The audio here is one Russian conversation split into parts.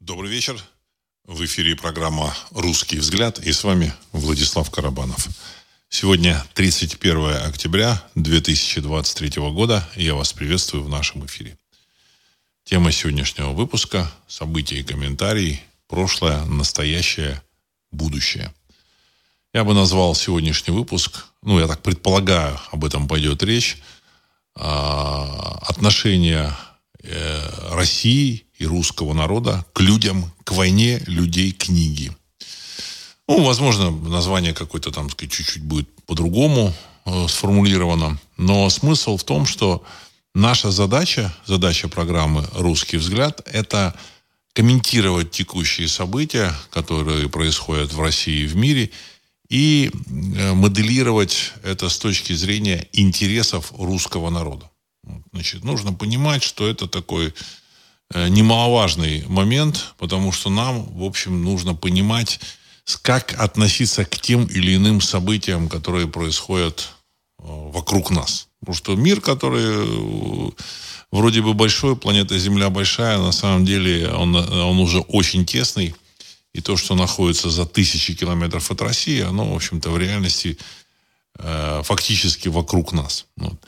Добрый вечер. В эфире программа «Русский взгляд» и с вами Владислав Карабанов. Сегодня 31 октября 2023 года, и я вас приветствую в нашем эфире. Тема сегодняшнего выпуска – события и комментарии, прошлое, настоящее, будущее. Я бы назвал сегодняшний выпуск, я так предполагаю, об этом пойдет речь, отношения России и русского народа к людям, к войне людей книги. Возможно, название какое-то там, чуть-чуть будет по-другому сформулировано, но смысл в том, что наша задача программы «Русский взгляд» — это комментировать текущие события, которые происходят в России и в мире, и моделировать это с точки зрения интересов русского народа. Значит, нужно понимать, что это такой немаловажный момент, потому что нам, в общем, нужно понимать, как относиться к тем или иным событиям, которые происходят вокруг нас. Потому что мир, который вроде бы большой, планета Земля большая, на самом деле он уже очень тесный. И то, что находится за тысячи километров от России, оно, в общем-то, в реальности фактически вокруг нас.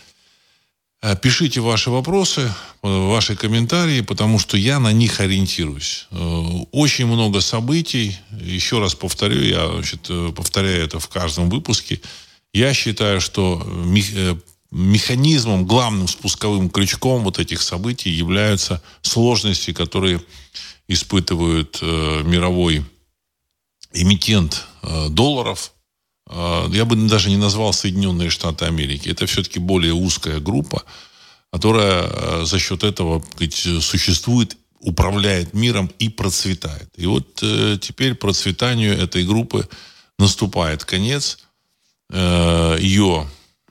Пишите ваши вопросы, ваши комментарии, потому что я на них ориентируюсь. Очень много событий. Еще раз повторю, я повторяю это в каждом выпуске. Я считаю, что механизмом, главным спусковым крючком вот этих событий являются сложности, которые испытывает мировой эмитент долларов. Я бы даже не назвал Соединенные Штаты Америки. Это все-таки более узкая группа, которая за счет этого существует, управляет миром и процветает. И вот теперь процветанию этой группы наступает конец. Ее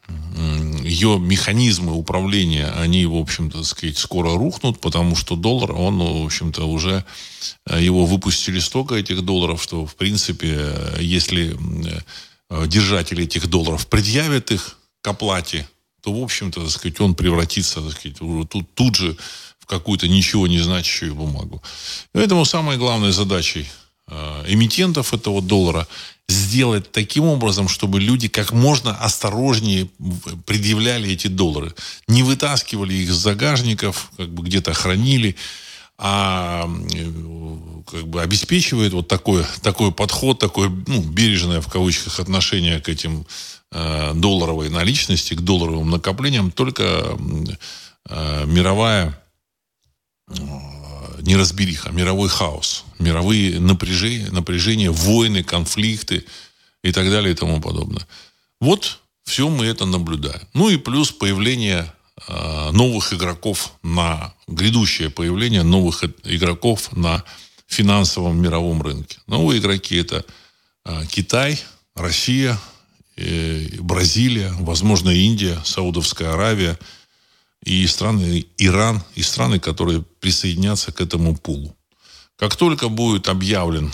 механизмы управления, они, в общем-то, скоро рухнут, потому что доллар, он, в общем-то, уже его выпустили столько этих долларов, что, в принципе, если держатели этих долларов предъявят их к оплате, то, в общем-то, он превратится, тут же в какую-то ничего не значащую бумагу. Поэтому самой главной задачей эмитентов этого доллара сделать таким образом, чтобы люди как можно осторожнее предъявляли эти доллары. Не вытаскивали их из загажников, где-то хранили, а обеспечивает вот такой подход, такое бережное в кавычках отношение к этим долларовой наличности, к долларовым накоплениям только мировая неразбериха, мировой хаос, мировые напряжения, войны, конфликты и так далее и тому подобное. Вот все мы это наблюдаем. И плюс появление новых игроков, грядущее появление новых игроков на финансовом мировом рынке. Новые игроки — это Китай, Россия, Бразилия, возможно, Индия, Саудовская Аравия и страны Иран, и страны, которые присоединятся к этому пулу. Как только будет объявлена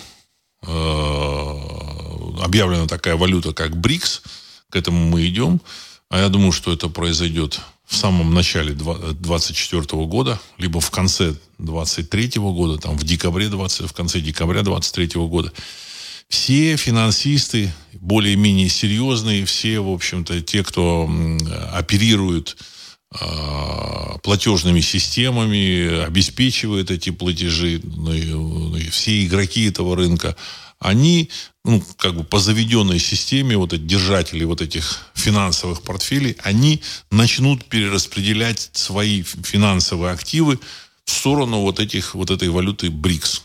такая валюта, как БРИКС, к этому мы идем, а я думаю, что это произойдет в самом начале 2024 года, либо в конце 2023 года, в конце декабря 2023 года. Все финансисты, более-менее серьезные, все, в общем-то, те, кто оперирует платежными системами, обеспечивает эти платежи, все игроки этого рынка, они, по заведенной системе, держатели этих финансовых портфелей, они начнут перераспределять свои финансовые активы в сторону этой валюты БРИКС.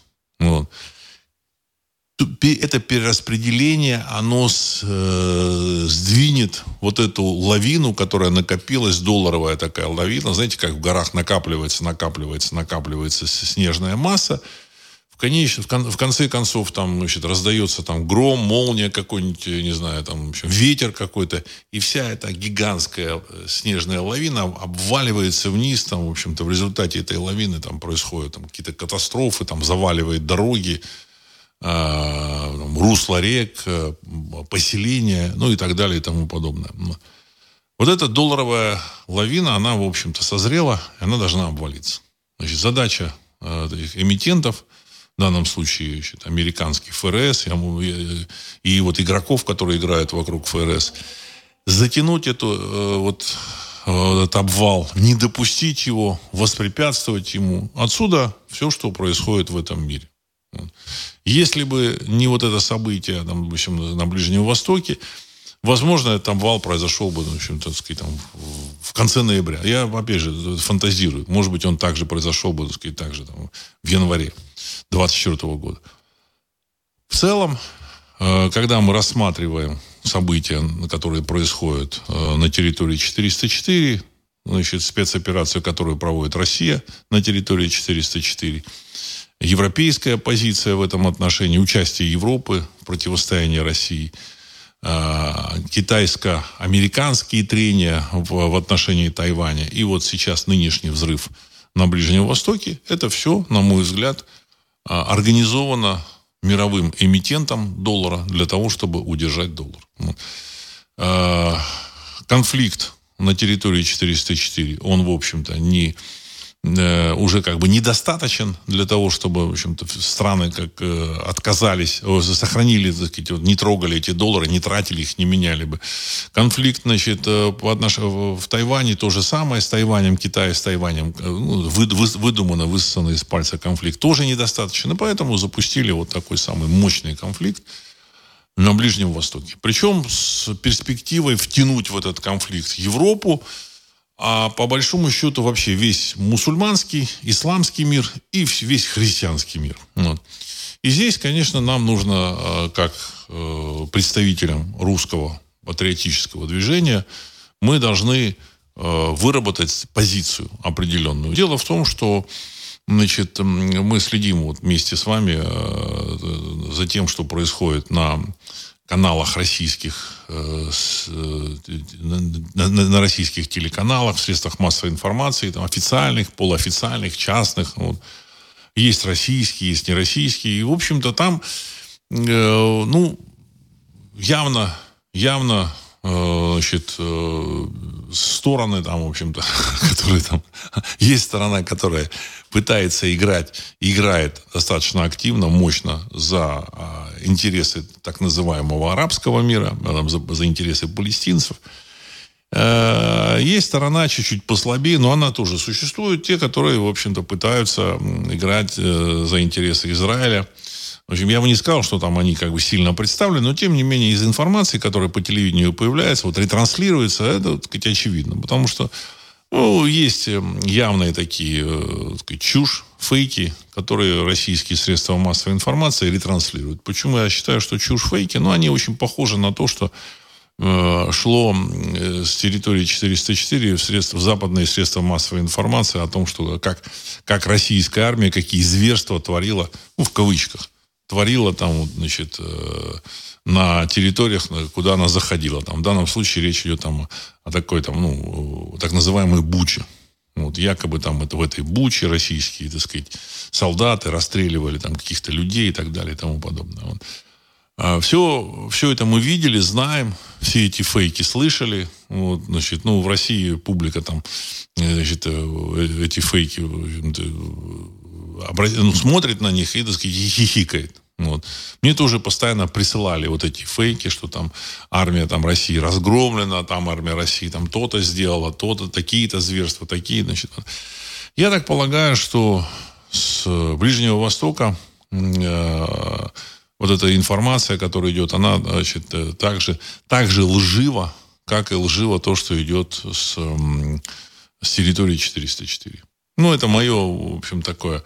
Это перераспределение, оно сдвинет эту лавину, которая накопилась, долларовая такая лавина. Знаете, как в горах накапливается снежная масса. В конце концов, раздается раздается гром, молния какой-нибудь, не знаю, ветер какой-то, и вся эта гигантская снежная лавина обваливается вниз, в общем-то, в результате этой лавины происходят какие-то катастрофы, заваливает дороги, русла рек, поселения, и так далее и тому подобное. Вот эта долларовая лавина, она, в общем-то, созрела, и она должна обвалиться. Значит, задача этих эмитентов данном случае, значит, американский ФРС, и вот игроков, которые играют вокруг ФРС, затянуть этот обвал, не допустить его, воспрепятствовать ему. Отсюда все, что происходит в этом мире. Если бы не вот это событие, там, в общем, на Ближнем Востоке, возможно, этот обвал произошел бы, в общем, так сказать, там, в конце ноября. Я, опять же, фантазирую. Может быть, он также произошел бы, так сказать, также там, в январе 2024 года. В целом, когда мы рассматриваем события, которые происходят на территории 404, значит, спецоперацию, которую проводит Россия на территории 404, европейская позиция в этом отношении, участие Европы в противостоянии России, китайско-американские трения в отношении Тайваня и вот сейчас нынешний взрыв на Ближнем Востоке, это все, на мой взгляд, организовано мировым эмитентом доллара для того, чтобы удержать доллар. Конфликт на территории 404, он, в общем-то, уже как бы недостаточен для того, чтобы, в общем-то, страны как отказались, сохранили, так сказать, не трогали эти доллары, не тратили их, не меняли бы. Конфликт, значит, в Тайване то же самое, с Тайванем, Китай с Тайванем, выдуманно, высосанный из пальца конфликт, тоже недостаточно, поэтому запустили вот такой самый мощный конфликт на Ближнем Востоке. Причем с перспективой втянуть в этот конфликт Европу, а по большому счету вообще весь мусульманский, исламский мир и весь христианский мир. Вот. И здесь, конечно, нам нужно, как представителям русского патриотического движения, мы должны выработать позицию определенную. Дело в том, что, значит, мы следим вот вместе с вами за тем, что происходит на каналах российских, на российских телеканалах, в средствах массовой информации, там, официальных, полуофициальных, частных. Вот. Есть российские, есть нероссийские. И, в общем-то, там явно значит, стороны там, в общем-то, которые там... Есть сторона, которая пытается играет достаточно активно, мощно за интересы так называемого арабского мира, за интересы палестинцев. Есть сторона чуть-чуть послабее, но она тоже существует. Те, которые, в общем-то, пытаются играть за интересы Израиля. В общем, я бы не сказал, что там они как бы сильно представлены, но, тем не менее, из информации, которая по телевидению появляется, вот ретранслируется, это, так сказать, очевидно. Потому что есть явные такие, так сказать, чушь, фейки, которые российские средства массовой информации ретранслируют. Почему я считаю, что чушь, фейки? Они очень похожи на то, что шло с территории 404 в западные средства массовой информации о том, что как российская армия, какие зверства творила, в кавычках, творила там, значит, на территориях, куда она заходила. Там, в данном случае речь идет там, о такой там, так называемой Буче. Вот, якобы там в этой Буче российские, так сказать, солдаты расстреливали там каких-то людей и так далее и тому подобное. Вот. Все это мы видели, знаем, все эти фейки слышали. Вот, значит, в России публика там, значит, эти фейки смотрит на них и, так сказать, хихикает. Вот. Мне тоже постоянно присылали вот эти фейки, что там армия там, России разгромлена, там армия России там то-то сделала, то-то, такие-то зверства, такие, значит. Я так полагаю, что с Ближнего Востока вот эта информация, которая идет, она, значит, так же лжива, как и лживо то, что идет с территории 404. Это мое, в общем, такое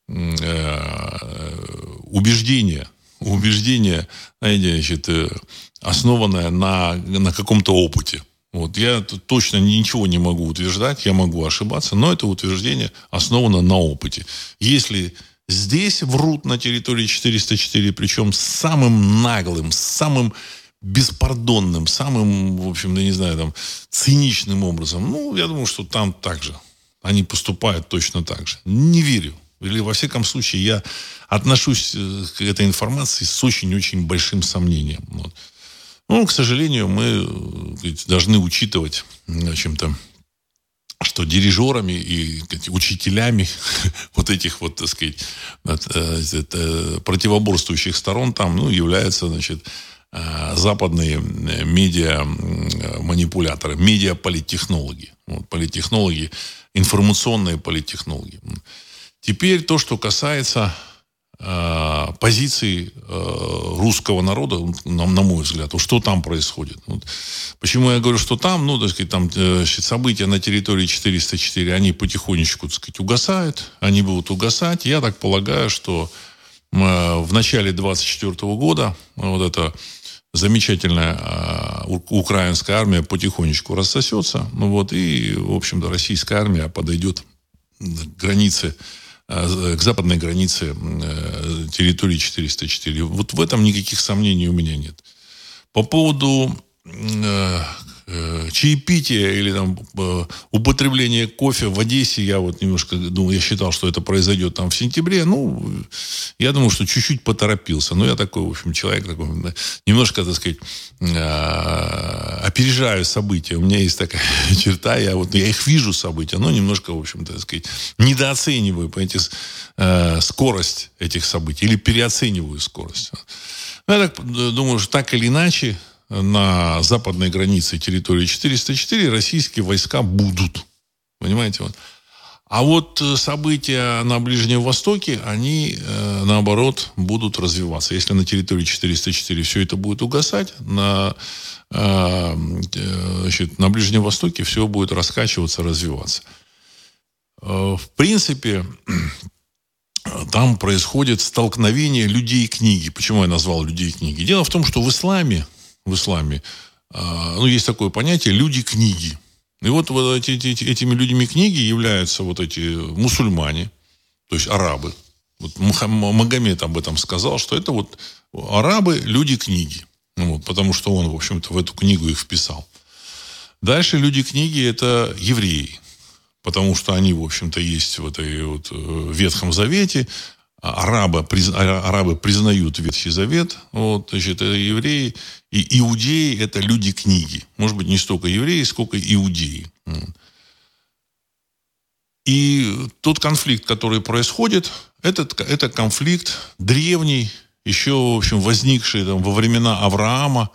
убеждение, значит, основанное на каком-то опыте. Вот. Я точно ничего не могу утверждать, я могу ошибаться, но это утверждение основано на опыте. Если здесь врут на территории 404, причем самым наглым, самым беспардонным, самым, в общем, я не знаю, там, циничным образом, я думаю, что там также они поступают точно так же. Не верю. Или, во всяком случае, я отношусь к этой информации с очень-очень большим сомнением. Вот. К сожалению, мы должны учитывать, в общем-то, что дирижерами и учителями вот этих вот, так сказать, противоборствующих сторон там, являются, значит, западные медиа-манипуляторы, медиа-политтехнологи. Политтехнологи, информационные политтехнологи. Теперь то, что касается позиции русского народа, на мой взгляд, что там происходит. Почему я говорю, что там, так сказать, там события на территории 404, они потихонечку, так сказать, угасают, они будут угасать. Я так полагаю, что в начале 2024 года вот эта замечательная украинская армия потихонечку рассосется, и, в общем-то, российская армия подойдет к западной границе территории 404. Вот в этом никаких сомнений у меня нет. По поводу чаепития или там употребления кофе в Одессе, я вот немножко думаю, я считал, что это произойдет там в сентябре. Я думаю, что чуть-чуть поторопился. Но я такой, в общем, человек такой, немножко, так сказать, опережаю события. У меня есть такая черта, я их вижу события, но немножко, в общем, так сказать, недооцениваю, понимаете, скорость этих событий или переоцениваю скорость. Я так думаю, что так или иначе на западной границе территории 404 российские войска будут. Понимаете? А вот события на Ближнем Востоке, они, наоборот, будут развиваться. Если на территории 404 все это будет угасать, на Ближнем Востоке все будет раскачиваться, развиваться. В принципе, там происходит столкновение людей и книги. Почему я назвал людей и книги? Дело в том, что в исламе есть такое понятие «люди-книги». И вот этими людьми книги являются вот эти мусульмане, то есть арабы. Магомед об этом сказал, что это вот арабы, люди-книги. Потому что он, в общем-то, в эту книгу их вписал. Дальше люди-книги – это евреи. Потому что они, в общем-то, есть в этой Ветхом Завете. Арабы признают Ветхий Завет. Это евреи. И иудеи – это люди книги. Может быть, не столько евреи, сколько иудеи. И тот конфликт, который происходит, это конфликт древний, еще, в общем, возникший во времена Авраама,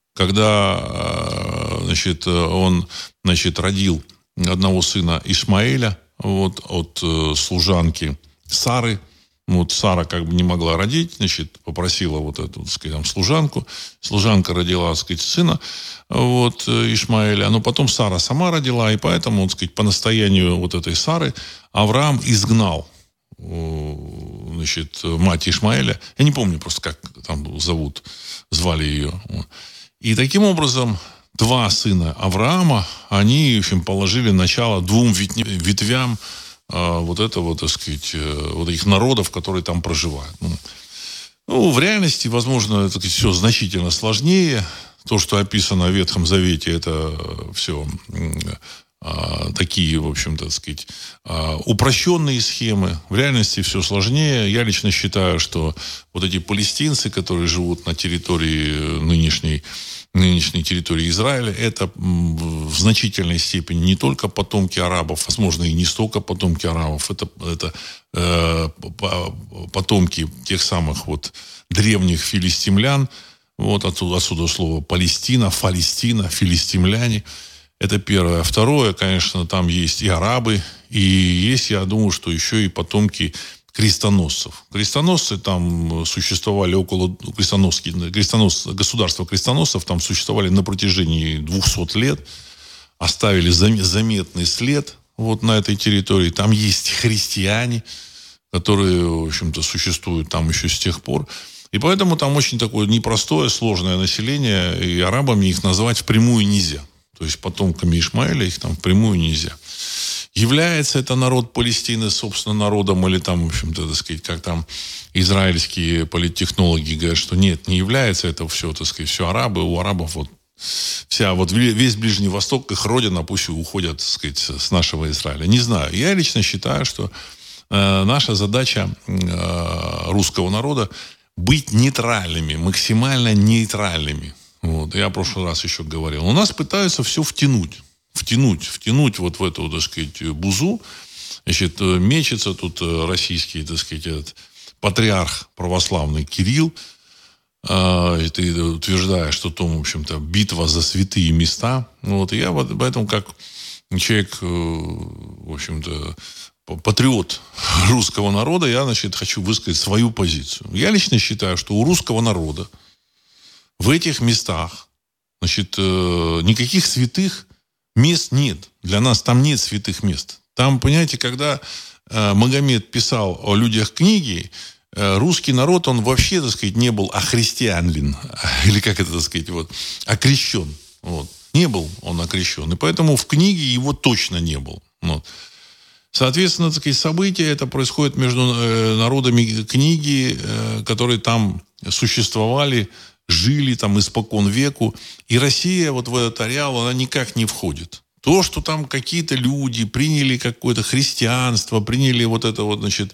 когда он родил одного сына Ишмаэля от служанки Сары. Сара не могла родить, попросила эту, служанку. Служанка родила, сына Ишмаэля. Но потом Сара сама родила, и поэтому, по настоянию этой Сары Авраам изгнал мать Ишмаэля. Я не помню просто, как там звали ее. И таким образом два сына Авраама, они, в общем, положили начало двум ветвям этих народов, которые там проживают. В реальности, возможно, это все значительно сложнее. То, что описано в Ветхом Завете, это все такие, в общем-то, упрощенные схемы. В реальности все сложнее. Я лично считаю, что эти палестинцы, которые живут на территории нынешней территории Израиля, это в значительной степени не только потомки арабов, возможно, и не столько потомки арабов, это потомки тех самых древних филистимлян. Отсюда слово Палестина, филистимляне. Это первое. Второе, конечно, там есть и арабы, и есть, я думаю, что еще и потомки крестоносцев. Крестоносцы там существовали государства крестоносцев там существовали на протяжении 200 лет, оставили заметный след на этой территории. Там есть христиане, которые, в общем-то, существуют там еще с тех пор. И поэтому там очень такое непростое, сложное население, и арабами их назвать впрямую нельзя. То есть потомками Ишмаэля их там впрямую нельзя. Является это народ Палестины, собственно, народом, или там, в общем-то, как там израильские политтехнологи говорят, что нет, не является это все, все арабы, у арабов весь Ближний Восток, их родина, пусть уходят, с нашего Израиля. Не знаю. Я лично считаю, что наша задача русского народа быть нейтральными, максимально нейтральными. Я в прошлый раз еще говорил. У нас пытаются все втянуть. втянуть вот в эту, так сказать, бузу. Значит, мечется тут российский, так сказать, этот патриарх православный Кирилл, и ты утверждаешь, что там, в общем-то, битва за святые места. Вот, и я вот поэтому, как человек, в общем-то, патриот русского народа, я, значит, хочу высказать свою позицию. Я лично считаю, что у русского народа в этих местах, значит, никаких святых мест нет. Для нас там нет святых мест. Там, понимаете, когда Магомед писал о людях книги, русский народ, он вообще, так сказать, не был охристианлен, или как это, так сказать, вот, окрещен. Вот. Не был он окрещен. И поэтому в книге его точно не был. Вот. Соответственно, так сказать, события это происходит между народами книги, которые там существовали, жили там испокон веку. И Россия вот в этот ареал, она никак не входит. То, что там какие-то люди приняли какое-то христианство, приняли вот это вот, значит,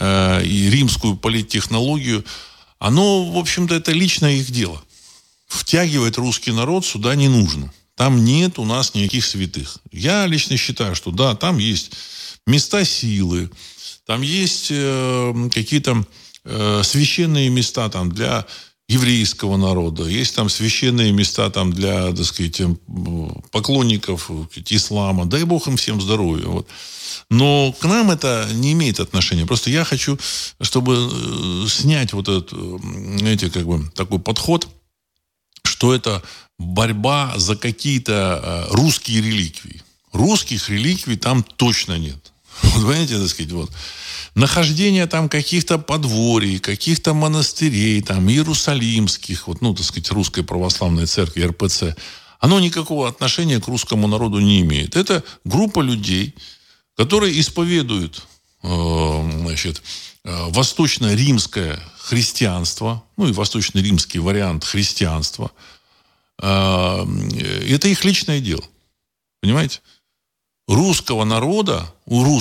и римскую политтехнологию, оно, в общем-то, это личное их дело. Втягивать русский народ сюда не нужно. Там нет у нас никаких святых. Я лично считаю, что да, там есть места силы, там есть какие-то священные места там для еврейского народа, есть там священные места там для, так сказать, поклонников ислама. Дай Бог им всем здоровья. Вот. Но к нам это не имеет отношения. Просто я хочу, чтобы снять вот этот, знаете, как бы такой подход, что это борьба за какие-то русские реликвии. Русских реликвий там точно нет. Вот, понимаете, так сказать, вот. Нахождение там каких-то подворий, каких-то монастырей, там, иерусалимских, вот, ну, так сказать, Русской Православной Церкви, РПЦ, оно никакого отношения к русскому народу не имеет. Это группа людей, которые исповедуют, значит, восточно-римское христианство, ну, и восточно-римский вариант христианства. Это их личное дело. Понимаете? У русского народа,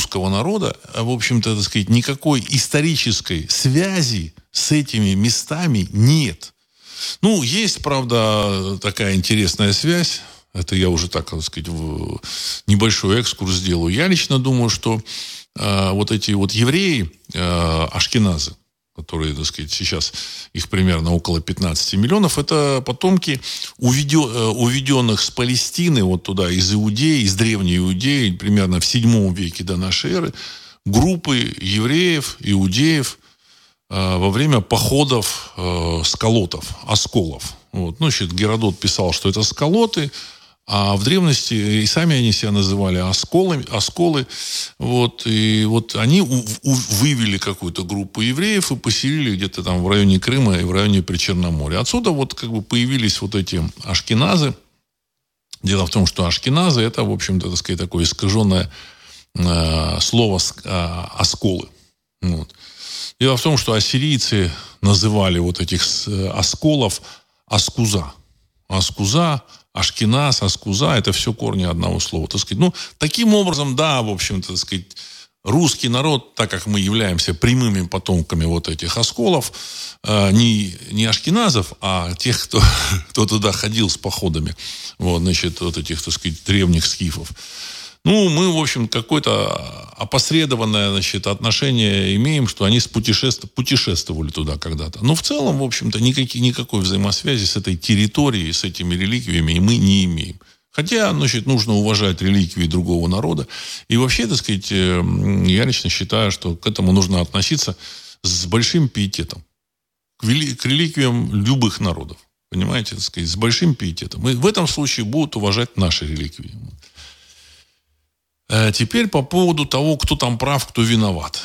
в общем-то, так сказать, никакой исторической связи с этими местами нет. Ну, есть, правда, такая интересная связь. Это я уже так сказать, небольшой экскурс сделаю. Я лично думаю, что вот эти вот евреи, ашкеназы, которые, так сказать, сейчас их примерно около 15 миллионов, это потомки уведенных с Палестины, вот туда, из Иудеи, из древней Иудеи, примерно в 7 веке до нашей эры, группы евреев, иудеев во время походов сколотов, осколов. Вот. Ну, значит, Геродот писал, что это сколоты, а в древности и сами они себя называли осколы. Вот, и вот они вывели какую-то группу евреев и поселили где-то там в районе Крыма и в районе Причерноморья. Отсюда вот как бы появились вот эти ашкеназы. Дело в том, что ашкеназы это, в общем-то, так сказать, такое искаженное слово осколы. Вот. Дело в том, что ассирийцы называли вот этих осколов аскуза. Аскуза, ашкеназ, аскуза, это все корни одного слова. Так сказать. Ну, таким образом, да, в общем-то, так сказать, русский народ, так как мы являемся прямыми потомками вот этих осколов, не ашкеназов, а тех, кто туда ходил с походами, вот, значит, вот этих, так сказать, древних скифов. Ну, мы, в общем, какое-то опосредованное, значит, отношение имеем, что они путешествовали туда когда-то. Но в целом, в общем-то, никакой взаимосвязи с этой территорией, с этими реликвиями мы не имеем. Хотя, значит, нужно уважать реликвии другого народа. И вообще, так сказать, я лично считаю, что к этому нужно относиться с большим пиететом. К реликвиям любых народов. Понимаете, так сказать, с большим пиететом. И в этом случае будут уважать наши реликвии. Теперь по поводу того, кто там прав, кто виноват.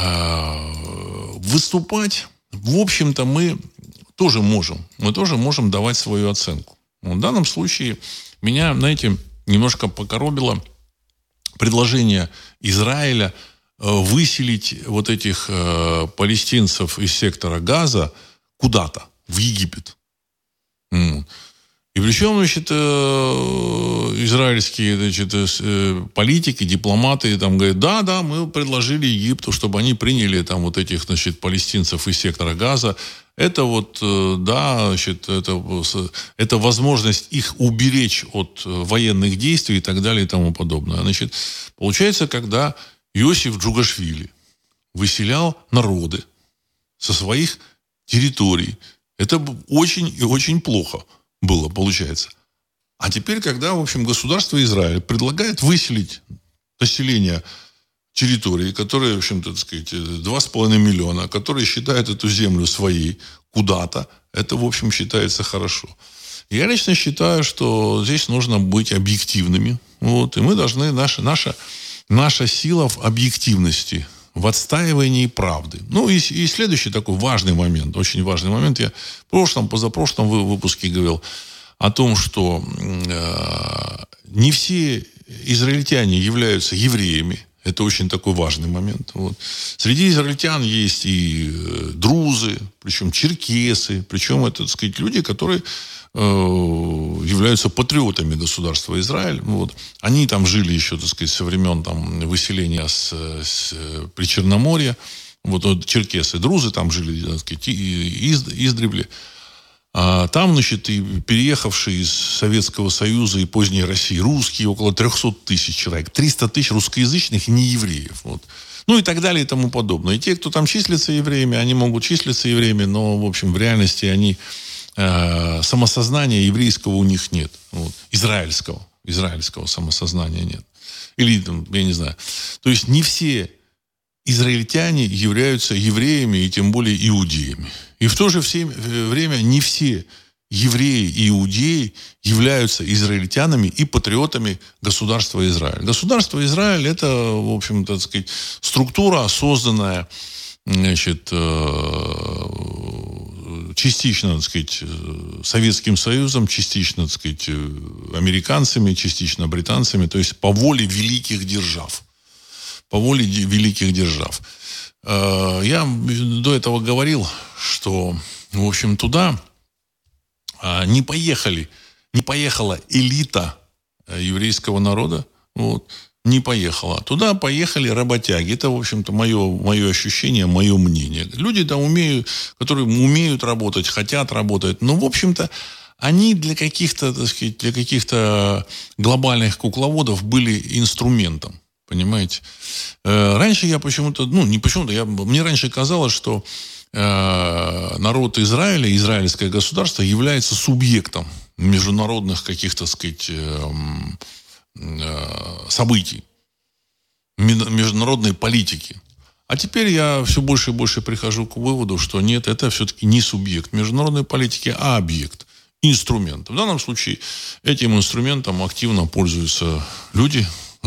Выступать, в общем-то, мы тоже можем. Мы тоже можем давать свою оценку. В данном случае меня, знаете, немножко покоробило предложение Израиля выселить вот этих палестинцев из сектора Газа куда-то, в Египет. И причем, значит, израильские, значит, политики, дипломаты там говорят, да, мы предложили Египту, чтобы они приняли там вот этих, значит, палестинцев из сектора Газа. Это вот, да, значит, это возможность их уберечь от военных действий и так далее и тому подобное. Значит, получается, когда Иосиф Джугашвили выселял народы со своих территорий, это очень и очень плохо было, получается. А теперь, когда, в общем, государство Израиль предлагает выселить население территории, которые, в общем-то, так сказать, 2,5 миллиона, которые считают эту землю своей куда-то, это, в общем, считается хорошо. Я лично считаю, что здесь нужно быть объективными. Вот, и мы должны, наша сила в объективности, в отстаивании правды. Ну, и следующий такой важный момент, очень важный момент. Я в позапрошлом выпуске говорил о том, что не все израильтяне являются евреями. Это очень такой важный момент. Вот. Среди израильтян есть и друзы, причем черкесы, причем это, так сказать, люди, которые являются патриотами государства Израиль. Вот. Они там жили еще, так сказать, со времен там, выселения с Причерноморья. Вот черкесы, друзы там жили, так сказать, издревле. А там, значит, и переехавшие из Советского Союза и поздней России русские, около 300 тысяч человек. 300 тысяч русскоязычных неевреев. Вот. Ну и так далее и тому подобное. И те, кто там числятся евреями, они могут числиться евреями, но, в общем, в реальности они самосознания еврейского у них нет. Вот. Израильского самосознания нет. Или, я не знаю. То есть не все израильтяне являются евреями и тем более иудеями. И в то же время не все евреи и иудеи являются израильтянами и патриотами государства Израиль. Государство Израиль – это, в общем-то, так сказать, структура, созданная, значит, частично, так сказать, Советским Союзом, частично, так сказать, американцами, частично британцами, то есть по воле великих держав. По воле великих держав. Я до этого говорил, что, в общем, туда не поехала элита еврейского народа, вот, не поехала. Туда поехали работяги. Это, в общем-то, мое ощущение, мое мнение. Люди там которые умеют работать, хотят работать. Но, в общем-то, они для каких-то, так сказать, для каких-то глобальных кукловодов были инструментом. Понимаете? Раньше я почему-то, мне раньше казалось, что народ Израиля, израильское государство является субъектом международных каких-то, так сказать, событий, международной политики. А теперь я все больше и больше прихожу к выводу, что нет, это все-таки не субъект международной политики, а объект, инструмент. В данном случае этим инструментом активно пользуются люди,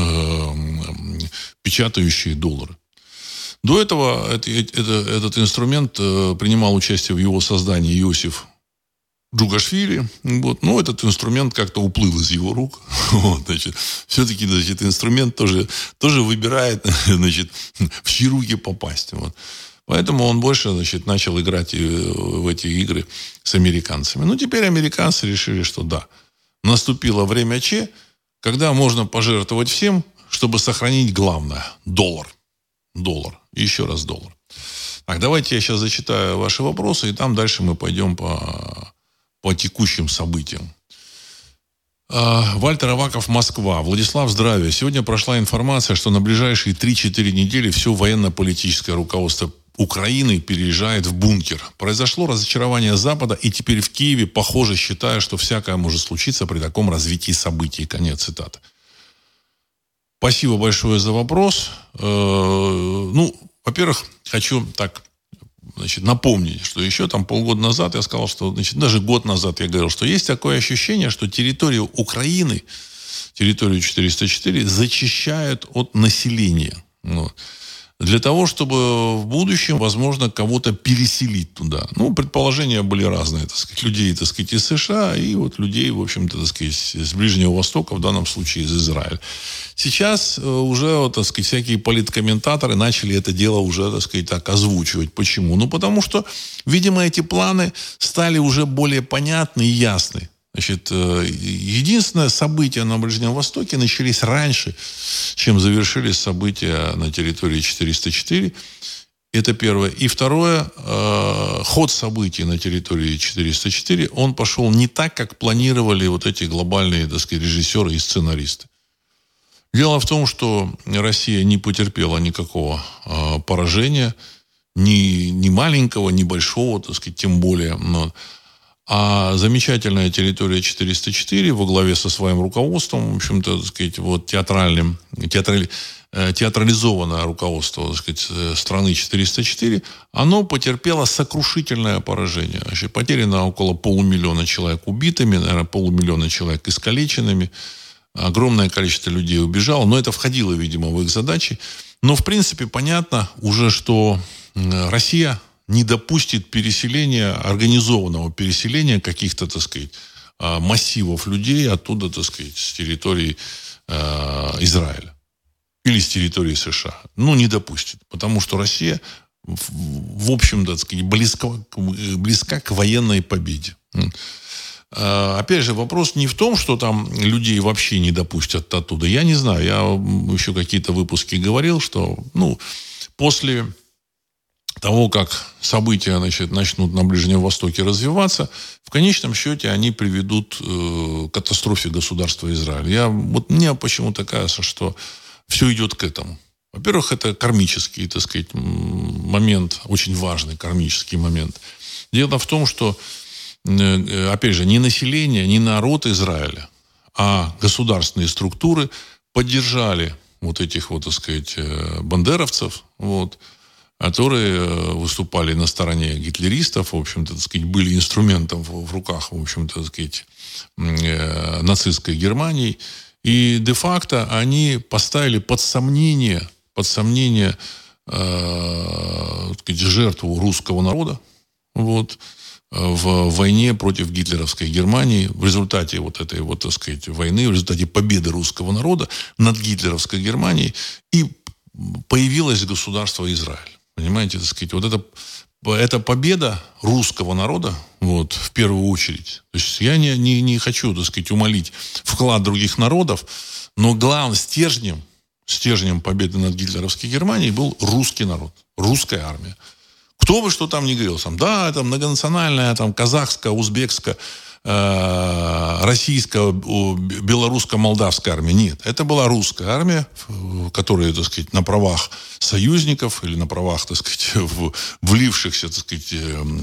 печатающие доллары. До этого этот инструмент принимал участие в его создании Иосиф Джугашвили. Вот. Но этот инструмент как-то уплыл из его рук. Вот, значит, все-таки, значит, инструмент тоже выбирает, значит, в чьи руки попасть. Вот. Поэтому он больше, значит, начал играть в эти игры с американцами. Ну, теперь американцы решили, что да, наступило время когда можно пожертвовать всем, чтобы сохранить главное – доллар. Доллар. И еще раз доллар. Так, давайте я сейчас зачитаю ваши вопросы, и там дальше мы пойдем по текущим событиям. Вальтер Аваков, Москва. Владислав, здравия. Сегодня прошла информация, что на ближайшие 3-4 недели все военно-политическое руководство Украины переезжает в бункер. Произошло разочарование Запада, и теперь в Киеве, похоже, считают, что всякое может случиться при таком развитии событий. Конец цитаты. Спасибо большое за вопрос. Во-первых, хочу напомнить, что еще там полгода назад я сказал, что, даже год назад я говорил, что есть такое ощущение, что территорию Украины, территорию 404, зачищают от населения. Вот. Для того, чтобы в будущем, возможно, кого-то переселить туда. Предположения были разные, так сказать, людей, так сказать, из США и вот людей, в общем-то, так сказать, с Ближнего Востока, в данном случае из Израиля. Сейчас уже, так сказать, всякие политкомментаторы начали это дело уже, так сказать, так озвучивать. Почему? Потому что, видимо, эти планы стали уже более понятны и ясны Значит, единственное, события на Ближнем Востоке начались раньше, чем завершились события на территории 404. Это первое. И второе, ход событий на территории 404, он пошел не так, как планировали вот эти глобальные, так сказать, режиссеры и сценаристы. Дело в том, что Россия не потерпела никакого поражения, ни маленького, ни большого, так сказать, тем более. А замечательная территория 404 во главе со своим руководством, в общем-то, так сказать, вот театрализованное руководство, так сказать, страны 404, оно потерпело сокрушительное поражение. Значит, потеряно около 500 000 человек убитыми, наверное, 500 000 человек искалеченными. Огромное количество людей убежало, но это входило, видимо, в их задачи. Но, в принципе, понятно уже, что Россия не допустит переселения, организованного переселения каких-то, так сказать, массивов людей оттуда, так сказать, с территории Израиля или с территории США. Ну, не допустит, потому что Россия, в общем-то, так сказать, близка к военной победе. Опять же, вопрос не в том, что там людей вообще не допустят оттуда. Я не знаю. Я еще какие-то выпуски говорил, что после того, как события, значит, начнут на Ближнем Востоке развиваться, в конечном счете они приведут к катастрофе государства Израиль. У меня почему-то кажется, что все идет к этому. Во-первых, это кармический, так сказать, момент, очень важный кармический момент. Дело в том, что, опять же, не население, не народ Израиля, а государственные структуры поддержали вот этих вот, так сказать, бандеровцев, вот, которые выступали на стороне гитлеристов, в общем-то, так сказать, были инструментом в руках, в общем-то, так сказать, нацистской Германии. И де-факто они поставили под сомнение так сказать, жертву русского народа, вот, в войне против гитлеровской Германии. В результате вот этой вот, так сказать, войны, в результате победы русского народа над гитлеровской Германией и появилось государство Израиль. Понимаете, так сказать, вот это победа русского народа, вот, в первую очередь. То есть я не хочу, так сказать, умалить вклад других народов, но главным стержнем победы над гитлеровской Германией был русский народ, русская армия. Кто бы что там ни говорил, да, это многонациональная, там, казахская, узбекская, российская, белорусско-молдавская армия. Нет, это была русская армия, которая, так сказать, на правах союзников или на правах, так сказать, влившихся, так сказать,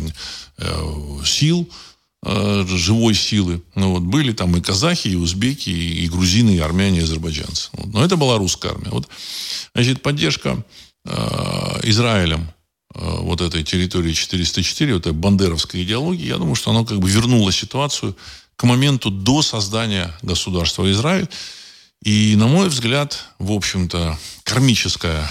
сил, живой силы. Вот, были там и казахи, и узбеки, и грузины, и армяне, и азербайджанцы. Вот. Но это была русская армия. Вот, значит, поддержка Израилем вот этой территории 404, вот этой бандеровской идеологии, я думаю, что она как бы вернула ситуацию к моменту до создания государства Израиль. И, на мой взгляд, в общем-то, кармическая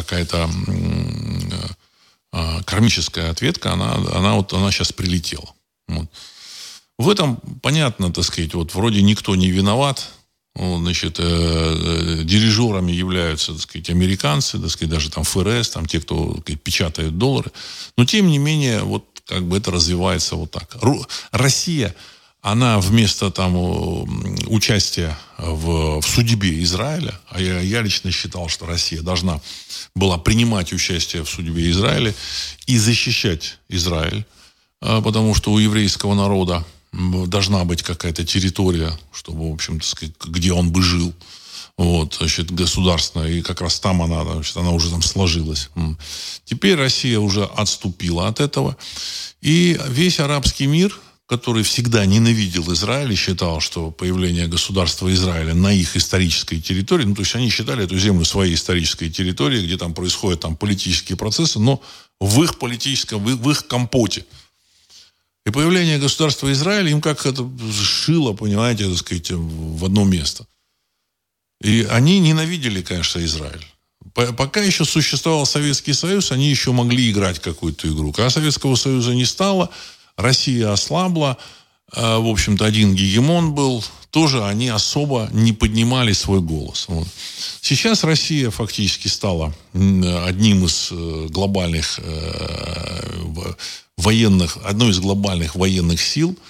ответка, она сейчас прилетела. Вот. В этом, понятно, так сказать, вот вроде никто не виноват. Значит, дирижерами являются, так сказать, американцы, так сказать, даже там ФРС, там те, кто, так сказать, печатают доллары. Но, тем не менее, вот как бы это развивается вот так. Россия, она вместо там участия в судьбе Израиля, а я лично считал, что Россия должна была принимать участие в судьбе Израиля и защищать Израиль, потому что у еврейского народа должна быть какая-то территория, чтобы, в общем-то, сказать, где он бы жил. Вот, значит, государственная. И как раз там она уже там сложилась. Теперь Россия уже отступила от этого. И весь арабский мир, который всегда ненавидел Израиль и считал, что появление государства Израиля на их исторической территории, то есть они считали эту землю своей исторической территорией, где там происходят там политические процессы, но в их политическом, в их компоте. И появление государства Израиль им как это сшило, понимаете, так сказать, в одно место. И они ненавидели, конечно, Израиль. Пока еще существовал Советский Союз, они еще могли играть какую-то игру. Когда Советского Союза не стало, Россия ослабла, в общем-то, один гегемон был, тоже они особо не поднимали свой голос. Вот. Сейчас Россия фактически стала одним из глобальных одной из глобальных военных сил.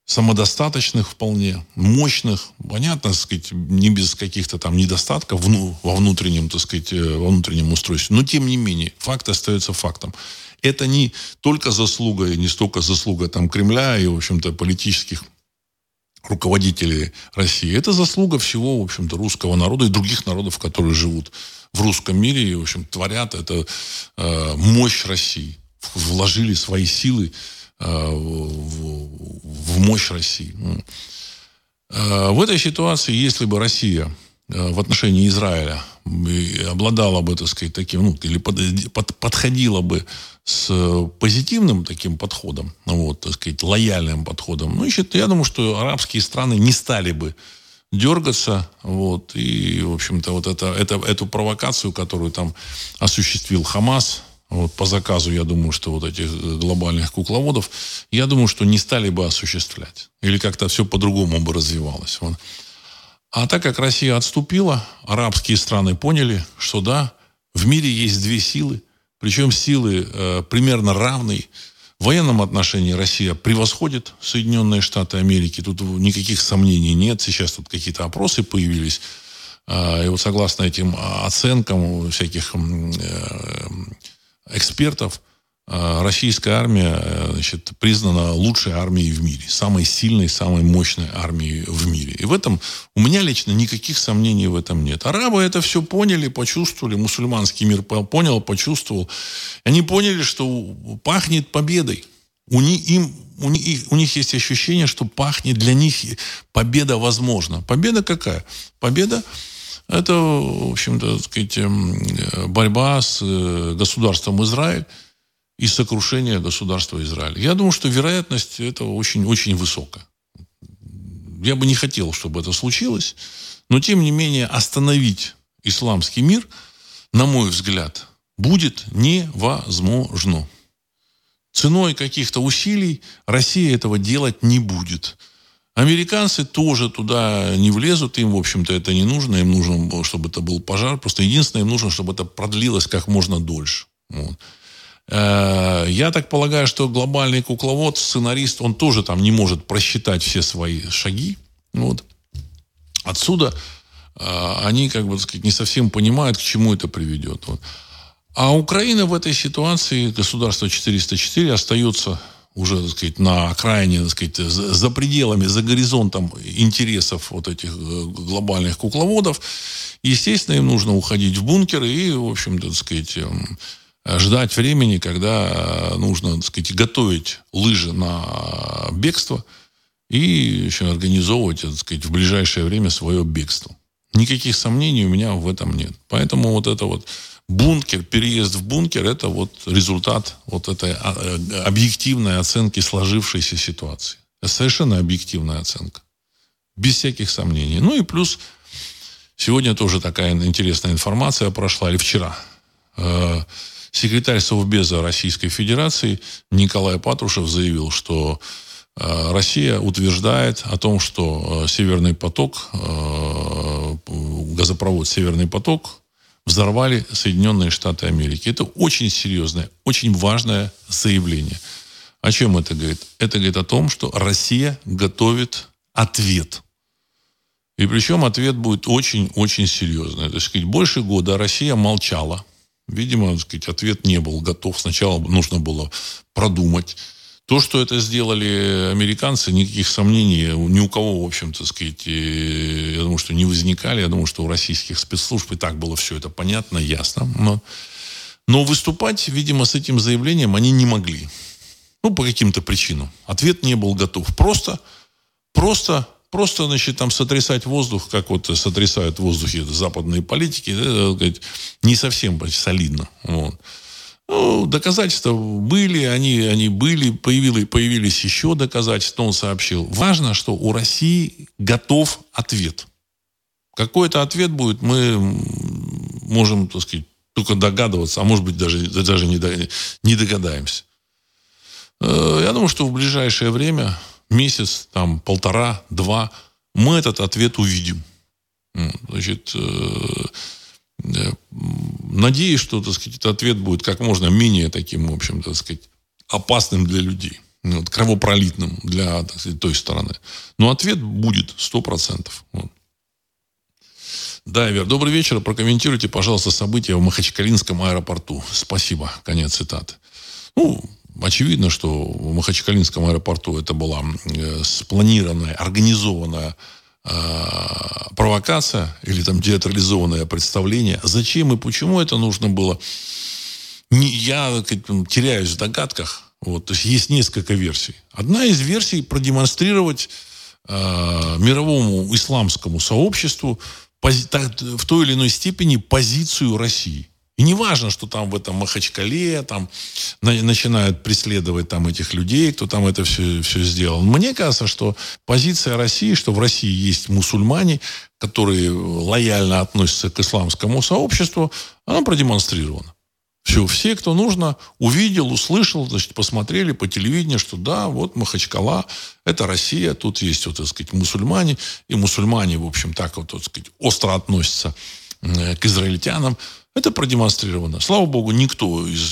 самодостаточных вполне, мощных, понятно, так сказать, не без каких-то там недостатков во внутреннем, так сказать, во внутреннем устройстве. Но, тем не менее, факт остается фактом. Это не только заслуга, и не столько заслуга там Кремля и, в общем-то, политических руководителей России. Это заслуга всего, в общем-то, русского народа и других народов, которые живут в русском мире и, в общем, творят. Это мощь России. Вложили свои силы в мощь России. В этой ситуации, если бы Россия в отношении Израиля обладала бы, так сказать, таким, или подходила бы с позитивным таким подходом, так сказать, лояльным подходом, я думаю, что арабские страны не стали бы дергаться, и, в общем-то, эту провокацию, которую там осуществил Хамас, по заказу, я думаю, что этих глобальных кукловодов, я думаю, что не стали бы осуществлять. Или как-то все по-другому бы развивалось. А так как Россия отступила, арабские страны поняли, что да, в мире есть две силы, причем силы примерно равные. В военном отношении Россия превосходит Соединенные Штаты Америки. Тут никаких сомнений нет. Сейчас тут какие-то опросы появились. И согласно этим оценкам всяких экспертов, российская армия, признана лучшей армией в мире. Самой сильной, самой мощной армией в мире. И в этом у меня лично никаких сомнений в этом нет. Арабы это все поняли, почувствовали. Мусульманский мир понял, почувствовал. Они поняли, что пахнет победой. У них есть ощущение, что пахнет для них победа возможна. Победа какая? Победа — это, в общем-то, так сказать, борьба с государством Израиль и сокрушение государства Израиль. Я думаю, что вероятность этого очень-очень высока. Я бы не хотел, чтобы это случилось, но, тем не менее, остановить исламский мир, на мой взгляд, будет невозможно. Ценой каких-то усилий Россия этого делать не будет. Американцы тоже туда не влезут, им, в общем-то, это не нужно. Им нужно, чтобы это был пожар. Просто единственное, им нужно, чтобы это продлилось как можно дольше. Я так полагаю, что глобальный кукловод, сценарист, он тоже там не может просчитать все свои шаги. Отсюда они, как бы, так сказать, не совсем понимают, к чему это приведет. А Украина в этой ситуации, государство 404, остается уже, так сказать, на окраине, так сказать, за пределами, за горизонтом интересов этих глобальных кукловодов. Естественно, им нужно уходить в бункер и, в общем-то, так сказать, ждать времени, когда нужно, так сказать, готовить лыжи на бегство и еще организовывать, так сказать, в ближайшее время свое бегство. Никаких сомнений у меня в этом нет. Поэтому бункер, переезд в бункер, это результат этой объективной оценки сложившейся ситуации. Это совершенно объективная оценка. Без всяких сомнений. И плюс, сегодня тоже такая интересная информация прошла, или вчера. Секретарь Совбеза Российской Федерации Николай Патрушев заявил, что Россия утверждает о том, что Северный поток, газопровод Северный поток, взорвали Соединенные Штаты Америки. Это очень серьезное, очень важное заявление. О чем это говорит? Это говорит о том, что Россия готовит ответ. И причем ответ будет очень-очень серьезный. То есть, больше года Россия молчала. Видимо, так сказать, ответ не был готов. Сначала нужно было продумать. То, что это сделали американцы, никаких сомнений ни у кого, в общем-то, так сказать, я думаю, что не возникали. Я думаю, что у российских спецслужб и так было все это понятно, ясно. Но выступать, видимо, с этим заявлением они не могли. По каким-то причинам. Ответ не был готов. Просто, значит, там сотрясать воздух, как сотрясают в воздухе западные политики, это, не совсем солидно. Доказательства были, они были, появились еще доказательства, он сообщил. Важно, что у России готов ответ. Какой-то ответ будет, мы можем, так сказать, только догадываться, а может быть, даже не догадаемся. Я думаю, что в ближайшее время, месяц, полтора-два, мы этот ответ увидим. Значит, надеюсь, что, так сказать, этот ответ будет как можно менее таким, в общем-то, так сказать, опасным для людей. кровопролитным для, так сказать, той стороны. Но ответ будет 100%. Вот. Дайвер. Добрый вечер. Прокомментируйте, пожалуйста, события в Махачкалинском аэропорту. Спасибо. Конец цитаты. Очевидно, что в Махачкалинском аэропорту это была спланированная, организованная провокация или там театрализованное представление. Зачем и почему это нужно было? Я теряюсь в догадках. Вот. То есть есть несколько версий. Одна из версий продемонстрировать мировому исламскому сообществу в той или иной степени позицию России. И не важно, что там в этом Махачкале там начинают преследовать там этих людей, кто там это все сделал. Мне кажется, что позиция России, что в России есть мусульмане, которые лояльно относятся к исламскому сообществу, она продемонстрирована. Все, кто нужно, увидел, услышал, значит, посмотрели по телевидению, что да, вот Махачкала, это Россия, тут есть, вот, так сказать, мусульмане, и мусульмане, в общем, так вот, так сказать, остро относятся к израильтянам. Это продемонстрировано. Слава богу, никто из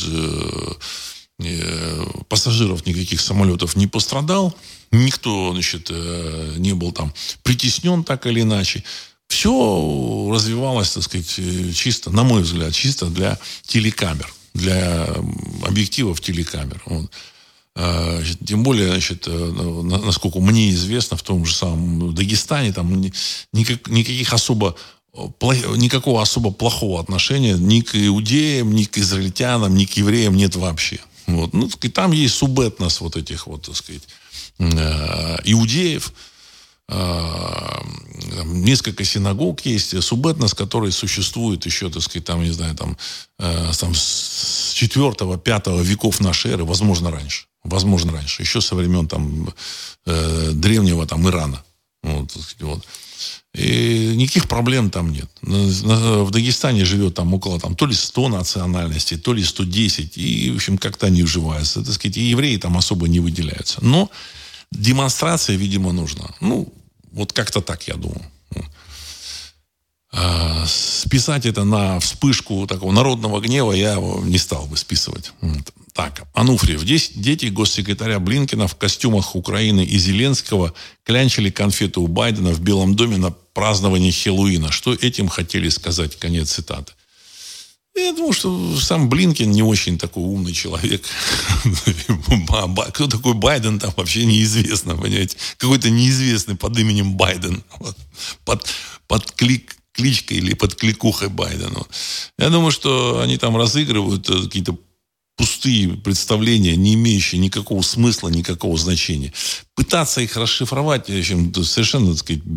пассажиров никаких самолетов не пострадал, никто, значит, не был там притеснен так или иначе. Все развивалось, так сказать, чисто, на мой взгляд, чисто для телекамер, для объективов телекамер. Вот. Тем более, значит, насколько мне известно, в том же самом Дагестане там никакого особо плохого отношения ни к иудеям, ни к израильтянам, ни к евреям нет вообще. Вот. Ну, там есть субэтнос вот этих вот, так сказать, иудеев. Несколько синагог есть, субэтнос, который существует еще, так сказать, там, не знаю, там с 4-5 веков нашей эры, возможно, раньше, еще со времен там древнего там Ирана. Вот, так сказать, вот. И никаких проблем там нет. В Дагестане живет там около там, то ли 100 национальностей, то ли 110. И, в общем, как-то они уживаются. Так сказать, и евреи там особо не выделяются. Но демонстрация, видимо, нужна. Ну, вот как-то так, я думаю. Списать это на вспышку такого народного гнева я не стал бы списывать. Так, Ануфриев. Дети госсекретаря Блинкена в костюмах Украины и Зеленского клянчили конфеты у Байдена в Белом доме на праздновании Хэллоуина. Что этим хотели сказать? Конец цитаты. Я думаю, что сам Блинкен не очень такой умный человек. Кто такой Байден, там вообще неизвестно, понимаете. Какой-то неизвестный под именем Байден. Под кличкой или под кликухой Байдена. Я думаю, что они там разыгрывают какие-то пустые представления, не имеющие никакого смысла, никакого значения. Пытаться их расшифровать, в общем, совершенно, так сказать,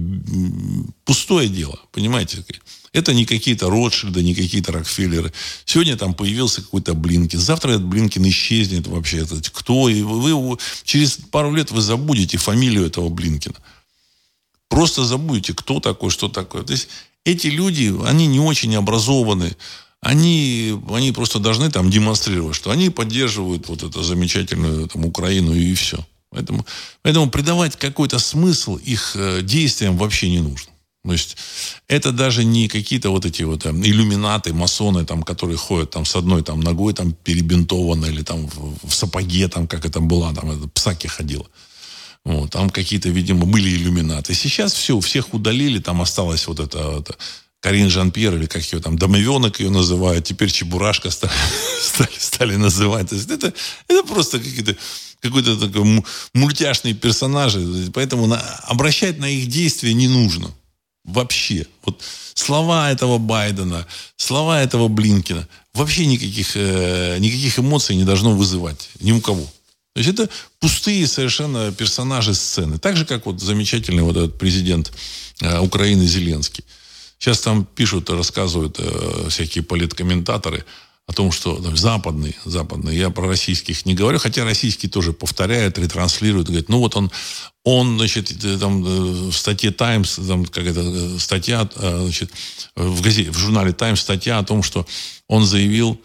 пустое дело. Понимаете? Это не какие-то Ротшильды, не какие-то Рокфеллеры. Сегодня там появился какой-то Блинкен. Завтра этот Блинкен исчезнет вообще. Кто? И через пару лет вы забудете фамилию этого Блинкена. Просто забудете, кто такой, что такое. То есть эти люди, они не очень образованы. Они просто должны там демонстрировать, что они поддерживают вот эту замечательную там, Украину и все. Поэтому придавать какой-то смысл их действиям вообще не нужно. То есть это даже не какие-то вот эти вот там, иллюминаты, масоны, там, которые ходят там, с одной там, ногой там, перебинтованной или там, в сапоге, там, как это была, там, это, Псаки ходила. Вот, там какие-то, видимо, были иллюминаты. Сейчас все, у всех удалили, там осталось вот это Карин Жан-Пьер, или как ее там, домовенок ее называют, теперь Чебурашка стали называть. То есть это просто какой-то такой мультяшный персонажи. Поэтому обращать на их действия не нужно. Вообще. Вот слова этого Байдена, слова этого Блинкена вообще никаких эмоций не должно вызывать ни у кого. То есть это пустые совершенно персонажи сцены. Так же, как вот замечательный вот этот президент Украины Зеленский. Сейчас там пишут, рассказывают всякие политкомментаторы о том, что там, западные, я про российских не говорю, хотя российские тоже повторяют, ретранслируют, говорят, ну вот он, значит, там в статье «Таймс», там какая-то статья, значит, в журнале «Таймс» статья о том, что он заявил,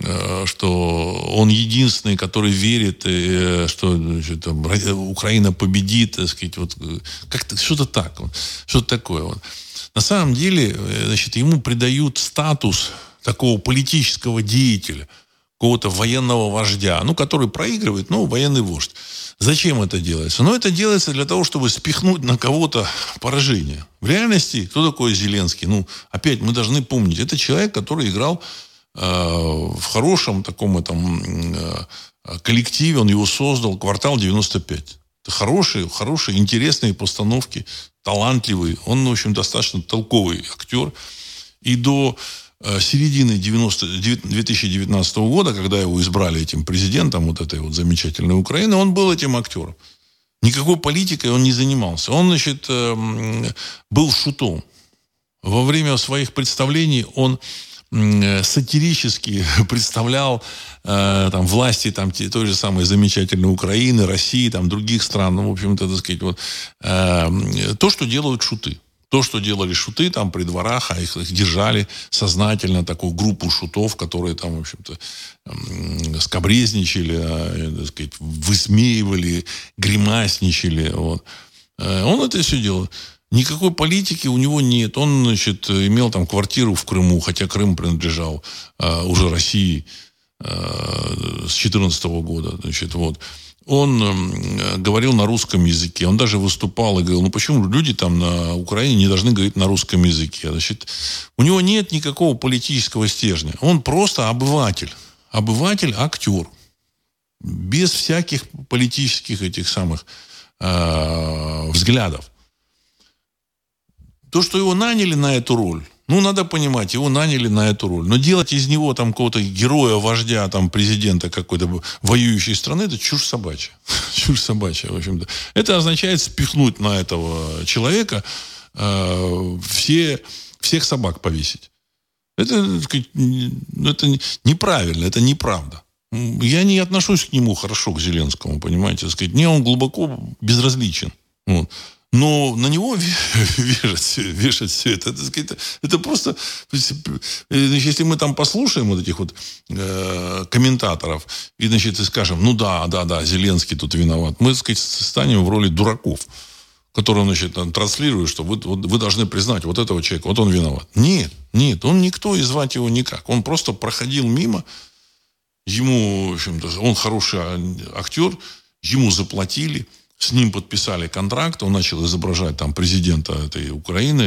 что он единственный, который верит, что, значит, там, Украина победит, так сказать, вот, как-то что-то так, что-то такое. Вот. На самом деле, значит, ему придают статус такого политического деятеля, какого-то военного вождя, который проигрывает, но военный вождь. Зачем это делается? Это делается для того, чтобы спихнуть на кого-то поражение. В реальности, кто такой Зеленский? Опять мы должны помнить, это человек, который играл в хорошем таком коллективе, он его создал, «Квартал 95». Это хорошие, интересные постановки, талантливый. Он, в общем, достаточно толковый актер. И до середины 2019 года, когда его избрали этим президентом этой замечательной Украины, он был этим актером. Никакой политикой он не занимался. Он, был шутом. Во время своих представлений он сатирически представлял власти той же самой замечательной Украины, России, других стран. В общем-то, так сказать, то, что делают шуты. То, что делали шуты при дворах, а их держали сознательно, такую группу шутов, которые в общем-то, скабрезничали, так сказать, высмеивали, гримасничали. Он это все делал. Никакой политики у него нет. Он, имел квартиру в Крыму, хотя Крым принадлежал уже России с 2014 года. Он говорил на русском языке. Он даже выступал и говорил, почему люди на Украине не должны говорить на русском языке? У него нет никакого политического стержня. Он просто обыватель. Обыватель-актер. Без всяких политических взглядов. То, что его наняли на эту роль, надо понимать, его наняли на эту роль. Но делать из него какого-то героя, вождя, президента какой-то воюющей страны, это чушь собачья. Чушь собачья, в общем-то. Это означает спихнуть на этого человека всех собак повесить. Это неправильно, это неправда. Я не отношусь к нему хорошо, к Зеленскому, понимаете. Мне он глубоко безразличен. Но на него вешать все это, это просто... Если мы послушаем этих комментаторов и, и скажем, да, Зеленский тут виноват, мы, станем в роли дураков, которые, транслируют, что вы должны признать этого человека, он виноват. Нет, он никто, и звать его никак. Он просто проходил мимо, ему, в общем-то, он хороший актер, ему заплатили, с ним подписали контракт, он начал изображать президента этой Украины,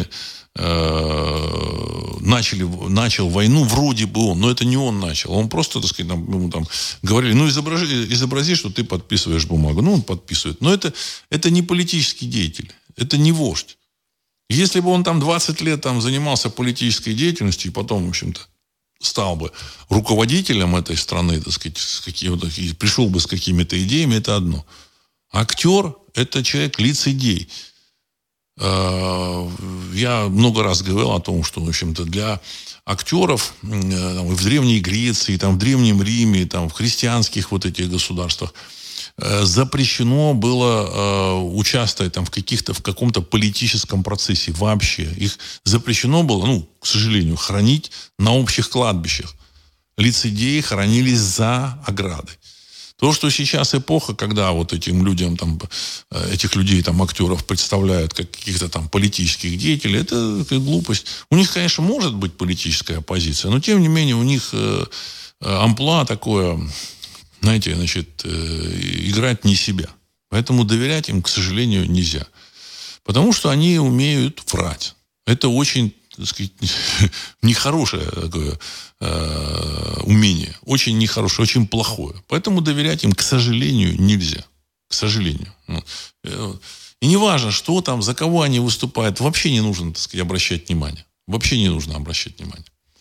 начал войну, вроде бы он, но это не он начал. Он просто, ему говорили, изобрази, что ты подписываешь бумагу. Он подписывает. Но это не политический деятель, это не вождь. Если бы он 20 лет занимался политической деятельностью и потом, в общем-то, стал бы руководителем этой страны, и пришел бы с какими-то идеями, это одно. Актер – это человек лицедей. Я много раз говорил о том, что, в общем-то, для актеров и в Древней Греции, в Древнем Риме, в христианских этих государствах запрещено было участвовать в каком-то политическом процессе вообще. Их запрещено было, к сожалению, хоронить на общих кладбищах. Лицедеи хоронились за оградой. То, что сейчас эпоха, когда этим людям, этих людей, актеров представляют как каких-то политических деятелей, это глупость. У них, конечно, может быть политическая оппозиция, но, тем не менее, у них амплуа такое, знаете, играть не себя. Поэтому доверять им, к сожалению, нельзя. Потому что они умеют врать. Это очень, нехорошее такое умение. Очень нехорошее, очень плохое. Поэтому доверять им, к сожалению, нельзя. К сожалению. И не важно, что за кого они выступают. Вообще не нужно, обращать внимание. Вообще не нужно обращать внимание.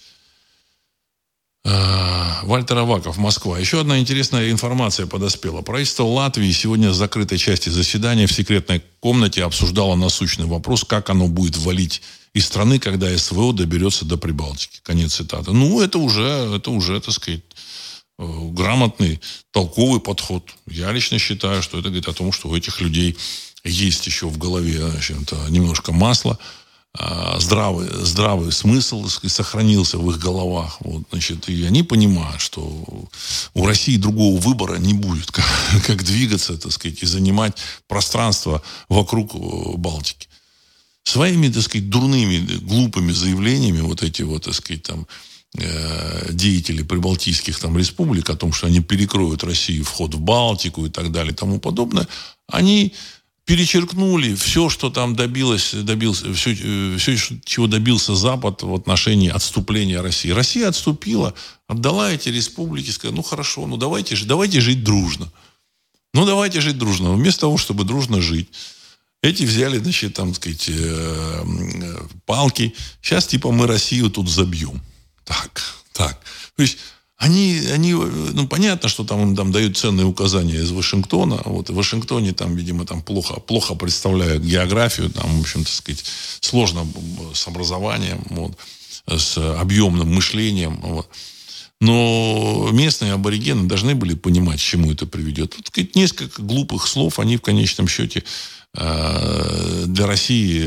Вальтер Аваков, Москва. Еще одна интересная информация подоспела. Правительство Латвии сегодня в закрытой части заседания в секретной комнате обсуждало насущный вопрос, как оно будет валить из страны, когда СВО доберется до Прибалтики. Конец цитаты. Это уже, так сказать, грамотный, толковый подход. Я лично считаю, что это говорит о том, что у этих людей есть еще в голове немножко масла, здравый смысл сохранился в их головах. И они понимают, что у России другого выбора не будет, как двигаться, так сказать, и занимать пространство вокруг Балтики. Своими, так сказать, дурными, глупыми заявлениями, так сказать, деятелей прибалтийских там республик о том, что они перекроют России вход в Балтику и так далее и тому подобное, они перечеркнули все, что там добился, все, чего добился Запад в отношении отступления России. Россия отступила, отдала эти республики, сказала, ну хорошо, ну давайте жить дружно. Ну давайте жить дружно. Вместо того, чтобы дружно жить, эти взяли, значит, там, так сказать, палки. Сейчас, типа, мы Россию тут забьем. Так. То есть, они, ну, понятно, что там им дают ценные указания из Вашингтона. Вот, в Вашингтоне там, видимо, там плохо представляют географию. Там, в общем, так сказать, сложно с образованием, вот, с объемным мышлением. Вот. Но местные аборигены должны были понимать, к чему это приведет. Вот, так сказать, несколько глупых слов, они в конечном счете для России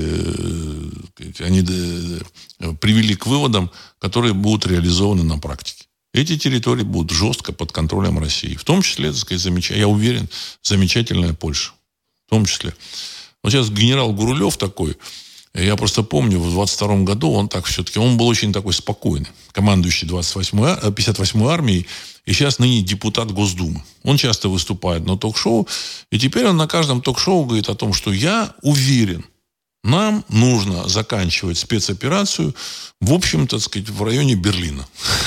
они привели к выводам, которые будут реализованы на практике. Эти территории будут жестко под контролем России. В том числе, так сказать, я уверен, замечательная Польша. В том числе. Вот сейчас генерал Гурулев такой, я просто помню, в 22 году он был очень такой спокойный. Командующий 58-й армией. И сейчас ныне депутат Госдумы. Он часто выступает на ток-шоу. И теперь он на каждом ток-шоу говорит о том, что я уверен, нам нужно заканчивать спецоперацию, в общем-то, так сказать, в районе Берлина.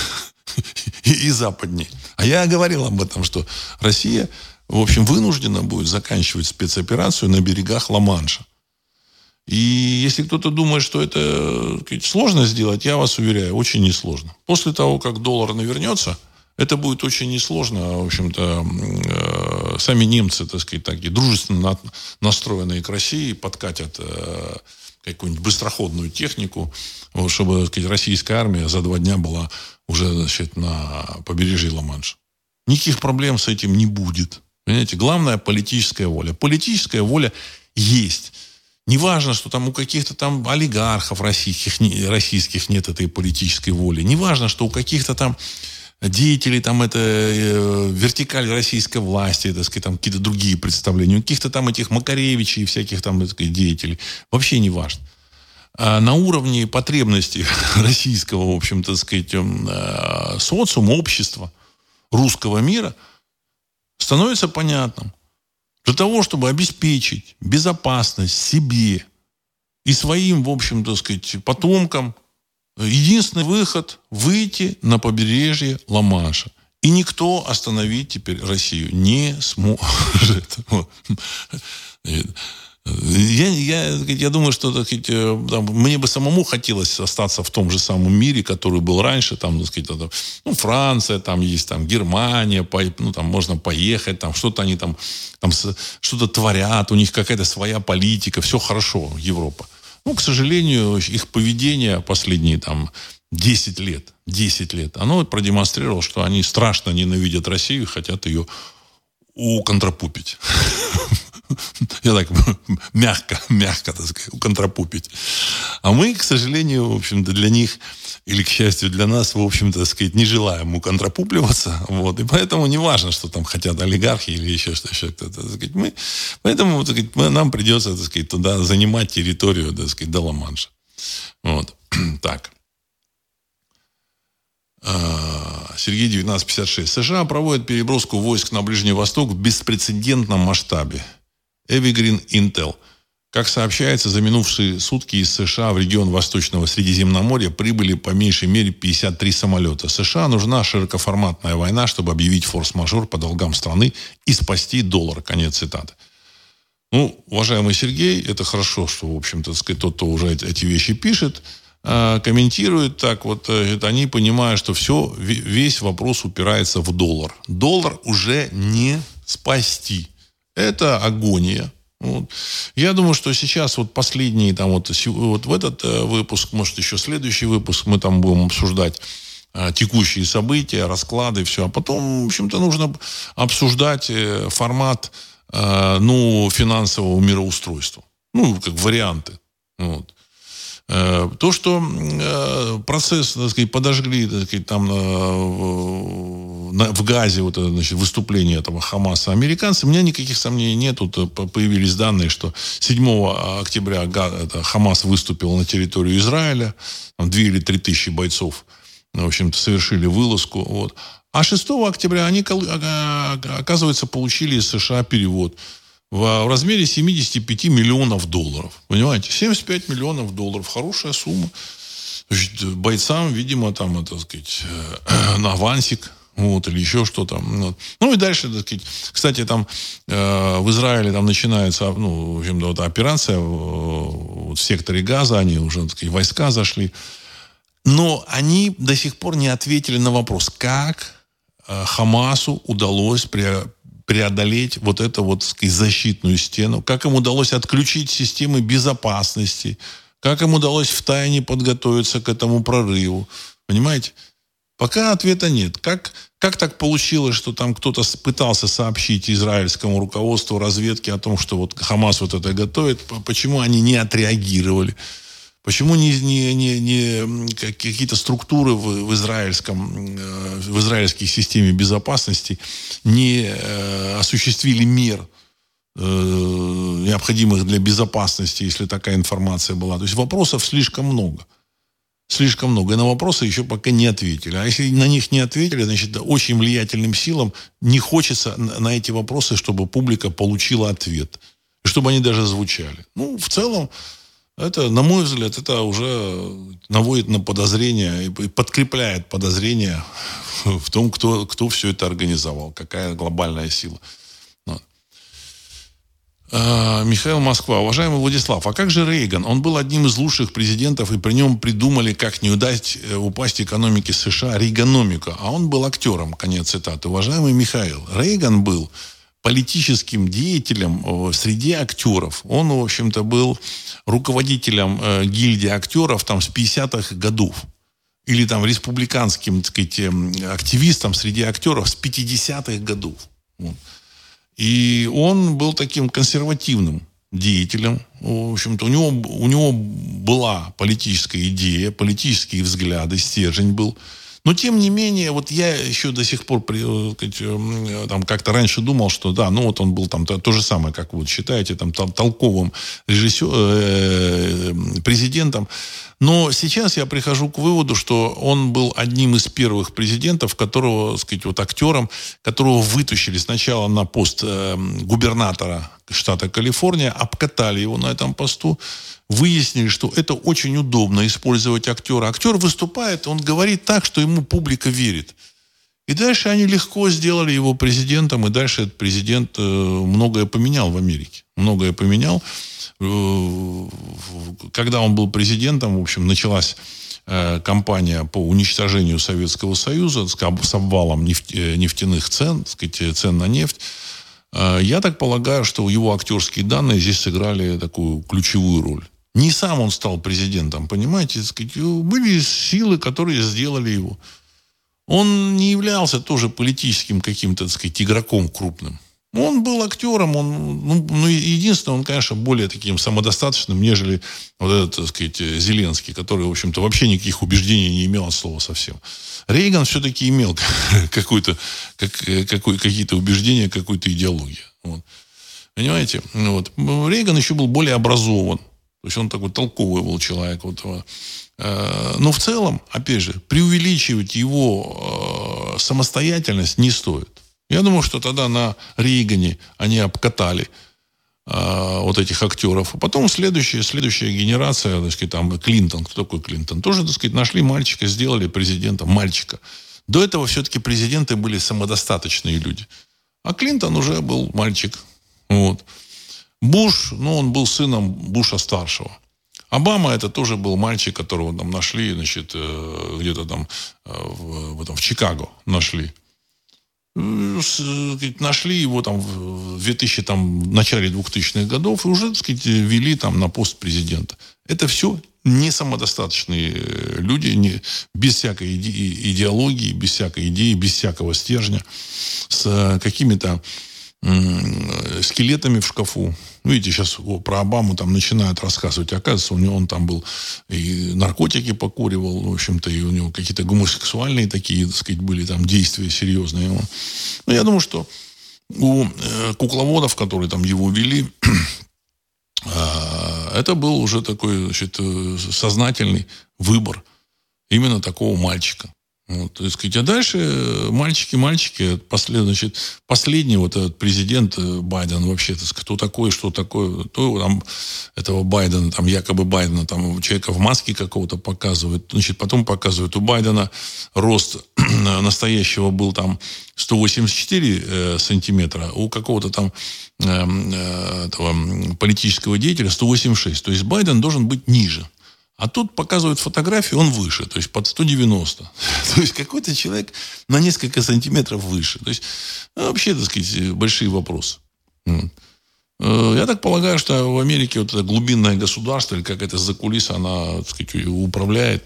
И западнее. А я говорил об этом, что Россия, в общем, вынуждена будет заканчивать спецоперацию на берегах Ла-Манша. И если кто-то думает, что это, так сказать, сложно сделать, я вас уверяю, очень несложно. После того, как доллар навернется, это будет очень несложно. В общем-то, сами немцы, так сказать, такие дружественно настроенные к России, подкатят какую-нибудь быстроходную технику, чтобы, так сказать, российская армия за 2 дня была уже, значит, на побережье Ла-Манша. Никаких проблем с этим не будет. Понимаете? Главное — политическая воля. Политическая воля есть. Не важно, что там у каких-то там олигархов российских нет этой политической воли. Не важно, что у каких-то там деятелей там это вертикаль российской власти, так сказать, там какие-то другие представления. У каких-то там этих Макаревичей и всяких там, так сказать, деятелей. Вообще не важно. А на уровне потребностей российского, в общем-то, так сказать, социума, общества, русского мира становится понятным. Для того, чтобы обеспечить безопасность себе и своим, в общем, так сказать, потомкам, единственный выход — выйти на побережье Ла-Манша. И никто остановить теперь Россию не сможет. Я думаю, что, так сказать, мне бы самому хотелось остаться в том же самом мире, который был раньше. Там, так сказать, Франция, там есть, там Германия, там можно поехать, там что-то они там что-то творят, у них какая-то своя политика, все хорошо, Европа. К сожалению, их поведение последние там 10 лет, оно продемонстрировало, что они страшно ненавидят Россию и хотят ее уконтрапупить. Я так мягко, так сказать, уконтрапупить. А мы, к сожалению, в общем-то, для них, или, к счастью, для нас, в общем-то, так сказать, не желаем уконтрапупливаться. Вот. И поэтому не важно, что там хотят олигархи или еще кто-то. Так сказать, поэтому, так сказать, нам придется, так сказать, туда занимать территорию, так сказать, до Ла-Манша. Вот. Так. Сергей, 1956. США проводят переброску войск на Ближний Восток в беспрецедентном масштабе. Evergreen Intel. Как сообщается, за минувшие сутки из США в регион Восточного Средиземноморья прибыли по меньшей мере 53 самолета. США нужна широкоформатная война, чтобы объявить форс-мажор по долгам страны и спасти доллар. Конец цитаты. Уважаемый Сергей, это хорошо, что, в общем-то, сказать, тот, кто уже эти вещи пишет, комментирует так вот, они понимают, что весь вопрос упирается в доллар. Доллар уже не спасти. Это агония. Вот. Я думаю, что сейчас вот последний, там вот в этот выпуск, может, еще следующий выпуск, мы там будем обсуждать текущие события, расклады, все. А потом, в общем-то, нужно обсуждать формат, финансового мироустройства. Как варианты. Вот. То, что процесс, так сказать, подожгли, так сказать, там в Газе выступление этого Хамаса американцы, у меня никаких сомнений нет. Тут появились данные, что 7 октября Хамас выступил на территорию Израиля, там 2 или 3 тысячи бойцов в общем-то, совершили вылазку. Вот. А 6 октября они, оказывается, получили из США перевод в размере 75 миллионов долларов. Понимаете? 75 миллионов долларов. Хорошая сумма. Значит, бойцам, видимо, там, так сказать, на авансик. Вот, или еще что-то. Вот. Ну и дальше, так сказать, кстати, там в Израиле там начинается, в общем-то, вот операция в секторе Газа, они уже, так сказать, войска зашли. Но они до сих пор не ответили на вопрос, как Хамасу удалось преодолеть вот эту вот, так сказать, защитную стену, как им удалось отключить системы безопасности, как им удалось втайне подготовиться к этому прорыву. Понимаете? Пока ответа нет. Как так получилось, что там кто-то пытался сообщить израильскому руководству разведки о том, что вот Хамас вот это готовит, почему они не отреагировали? Почему не какие-то структуры в израильской системе безопасности не осуществили мер, необходимых для безопасности, если такая информация была? То есть вопросов слишком много. Слишком много. И на вопросы еще пока не ответили. А если на них не ответили, значит, очень влиятельным силам не хочется на эти вопросы, чтобы публика получила ответ. И чтобы они даже звучали. Ну, в целом, это, на мой взгляд, это уже наводит на подозрения и подкрепляет подозрения в том, кто все это организовал. Какая глобальная сила. Михаил, Москва. Уважаемый Владислав, а как же Рейган? Он был одним из лучших президентов, и при нем придумали, как не дать упасть экономике США, рейганомику. А он был актером. Конец цитаты. Уважаемый Михаил, Рейган был политическим деятелем среди актеров. Он, в общем-то, был руководителем гильдии актеров там, с 50-х годов. Или там республиканским, так сказать, активистом среди актеров с 50-х годов. Вот. И он был таким консервативным деятелем. В общем-то, у него была политическая идея, политические взгляды, стержень был. Но, тем не менее, вот я еще до сих пор там, как-то раньше думал, что да, ну вот он был там то же самое, как вы считаете, там толковым президентом. Но сейчас я прихожу к выводу, что он был одним из первых президентов, которого, так сказать, вот актером, которого вытащили сначала на пост губернатора штата Калифорния, обкатали его на этом посту, выяснили, что это очень удобно использовать актера. Актер выступает, он говорит так, что ему публика верит. И дальше они легко сделали его президентом, и дальше этот президент многое поменял в Америке. Многое поменял. Когда он был президентом, в общем, началась кампания по уничтожению Советского Союза с обвалом нефтяных цен, так сказать, цен на нефть. Я так полагаю, что его актерские данные здесь сыграли такую ключевую роль. Не сам он стал президентом, понимаете? Так сказать, были силы, которые сделали его. Он не являлся тоже политическим каким-то, так сказать, игроком крупным. Он был актером, единственное, он, конечно, более таким самодостаточным, нежели вот этот, так сказать, Зеленский, который, в общем-то, вообще никаких убеждений не имел от слова совсем. Рейган все-таки имел какие-то убеждения, какую-то идеологию. Вот. Понимаете? Вот. Рейган еще был более образован. То есть он такой толковый был человек. Вот. Но в целом, опять же, преувеличивать его самостоятельность не стоит. Я думаю, что тогда на Рейгане они обкатали вот этих актеров. А потом следующая генерация, так сказать, там Клинтон. Кто такой Клинтон? Тоже, так сказать, нашли мальчика, сделали президентом мальчика. До этого все-таки президенты были самодостаточные люди. А Клинтон уже был мальчик. Вот. Буш, он был сыном Буша-старшего. Обама это тоже был мальчик, которого там нашли, значит, где-то там в Чикаго нашли. Нашли его там в начале 2000-х годов и уже, так сказать, ввели там на пост президента. Это все не самодостаточные люди, без всякой идеологии, без всякой идеи, без всякого стержня, с какими-то скелетами в шкафу. Видите, сейчас про Обаму там начинают рассказывать. Оказывается, он там был и наркотики покуривал, в общем-то, и у него какие-то гомосексуальные такие, так сказать, были там действия серьезные. Но я думаю, что у кукловодов, которые там его вели, это был уже такой, значит, сознательный выбор именно такого мальчика. Вот, то есть, а дальше мальчики, последний вот этот президент Байден вообще, кто такой, что такое, то там этого Байдена, там якобы Байдена, там человека в маске какого-то показывают, значит, потом показывают у Байдена рост настоящего был там 184 сантиметра, у какого-то там этого политического деятеля 186, то есть Байден должен быть ниже. А тут показывают фотографию, он выше, то есть под 190. То есть какой-то человек на несколько сантиметров выше. То есть вообще, так сказать, большие вопросы. Я так полагаю, что в Америке вот это глубинное государство, или какая-то закулиса, она, так сказать, управляет.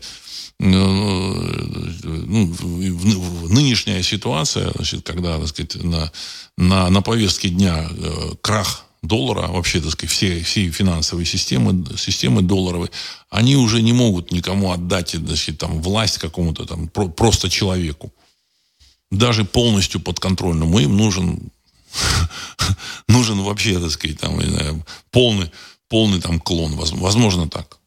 Нынешняя ситуация, значит, когда, так сказать, на повестке дня крах доллара, вообще, так сказать, все финансовые системы долларовые, они уже не могут никому отдать, значит, там, власть какому-то там просто человеку. Даже полностью подконтрольному. Им нужен вообще, так сказать, там, не знаю, полный там клон. Возможно, так.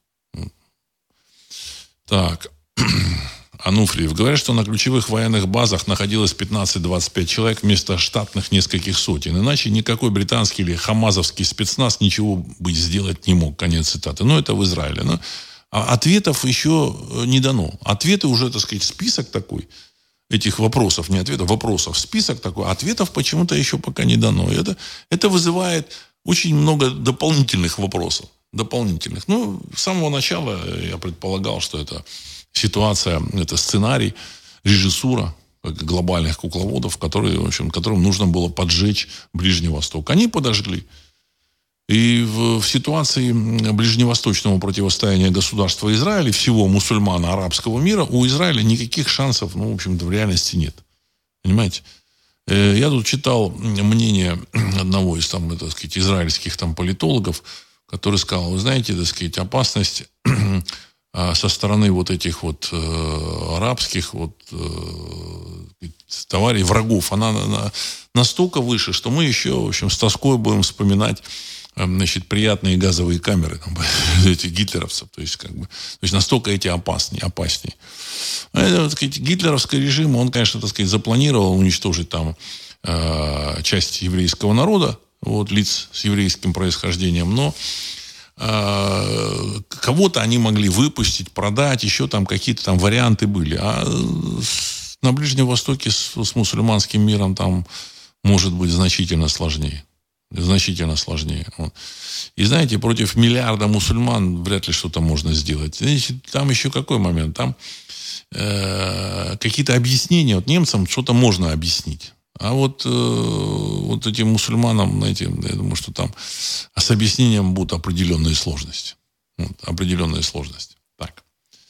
Так. Ануфриев. Говорят, что на ключевых военных базах находилось 15-25 человек вместо штатных нескольких сотен. Иначе никакой британский или хамазовский спецназ ничего бы сделать не мог. Конец цитаты. Но это в Израиле. Но ответов еще не дано. Ответы уже, так сказать, список такой. Этих вопросов, не ответов, вопросов. Список такой. Ответов почему-то еще пока не дано. И это вызывает очень много дополнительных вопросов. Дополнительных. Ну, с самого начала я предполагал, что это ситуация, это сценарий, режиссура глобальных кукловодов, которым нужно было поджечь Ближний Восток. Они подожгли. И в ситуации ближневосточного противостояния государства Израиля, всего мусульмано-арабского мира, у Израиля никаких шансов, в общем-то, в реальности нет. Понимаете? Я тут читал мнение одного из, там, так сказать, израильских там политологов, который сказал, вы знаете, так сказать, опасность со стороны вот этих вот арабских вот товарищей, врагов, она настолько выше, что мы еще, в общем, с тоской будем вспоминать, значит, приятные газовые камеры там, этих гитлеровцев. То есть настолько эти опаснее. Это, так сказать, гитлеровский режим, он, конечно, так сказать, запланировал уничтожить там часть еврейского народа, вот, лиц с еврейским происхождением, но кого-то они могли выпустить, продать, еще там какие-то там варианты были. А на Ближнем Востоке с мусульманским миром там может быть значительно сложнее. Значительно сложнее. Вот. И знаете, против миллиарда мусульман вряд ли что-то можно сделать. Знаете, там еще какой момент? Там какие-то объяснения. Вот немцам что-то можно объяснить. А вот этим мусульманам, знаете, я думаю, что там с объяснением будут определенные сложности. Определенные сложности. Так.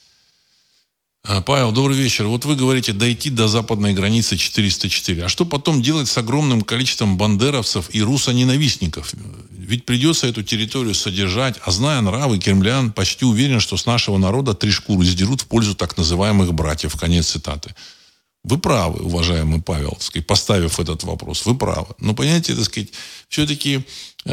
Павел, добрый вечер. Вот вы говорите, дойти до западной границы 404. А что потом делать с огромным количеством бандеровцев и русоненавистников? Ведь придется эту территорию содержать. А зная нравы кремлян, почти уверен, что с нашего народа 3 шкуры сдерут в пользу так называемых братьев. Конец цитаты. Вы правы, уважаемый Павел, так сказать, поставив этот вопрос. Вы правы. Но, понимаете, так сказать, все-таки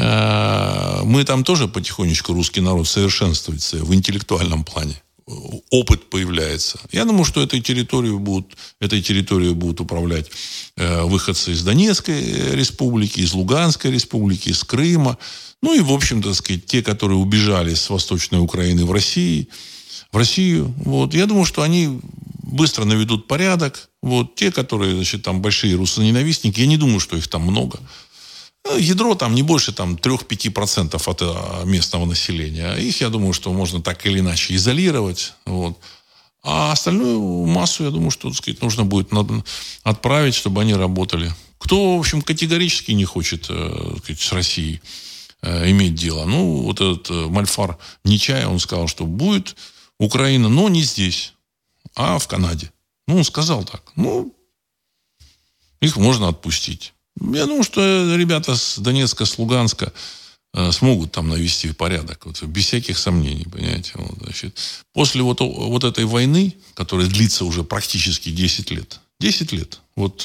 мы там тоже потихонечку, русский народ, совершенствуется в интеллектуальном плане. Опыт появляется. Я думаю, что этой территорией будут управлять выходцы из Донецкой республики, из Луганской республики, из Крыма. Ну и, в общем-то, так сказать, те, которые убежали с Восточной Украины в Россию. Вот. Я думаю, что они быстро наведут порядок. Вот. Те, которые, значит, там большие русоненавистники, я не думаю, что их там много. Ядро там не больше там, 3-5% от местного населения. Их, я думаю, что можно так или иначе изолировать. Вот. А остальную массу, я думаю, что, так сказать, нужно будет отправить, чтобы они работали. Кто, в общем, категорически не хочет, так сказать, с Россией иметь дело. Ну, вот этот Мальфар Нечай, он сказал, что будет Украина, но не здесь, а в Канаде. Ну, он сказал так. Ну, их можно отпустить. Я думаю, что ребята с Донецка, с Луганска смогут там навести порядок. Вот, без всяких сомнений, понимаете. Вот, значит, после вот этой войны, которая длится уже практически 10 лет. 10 лет. Вот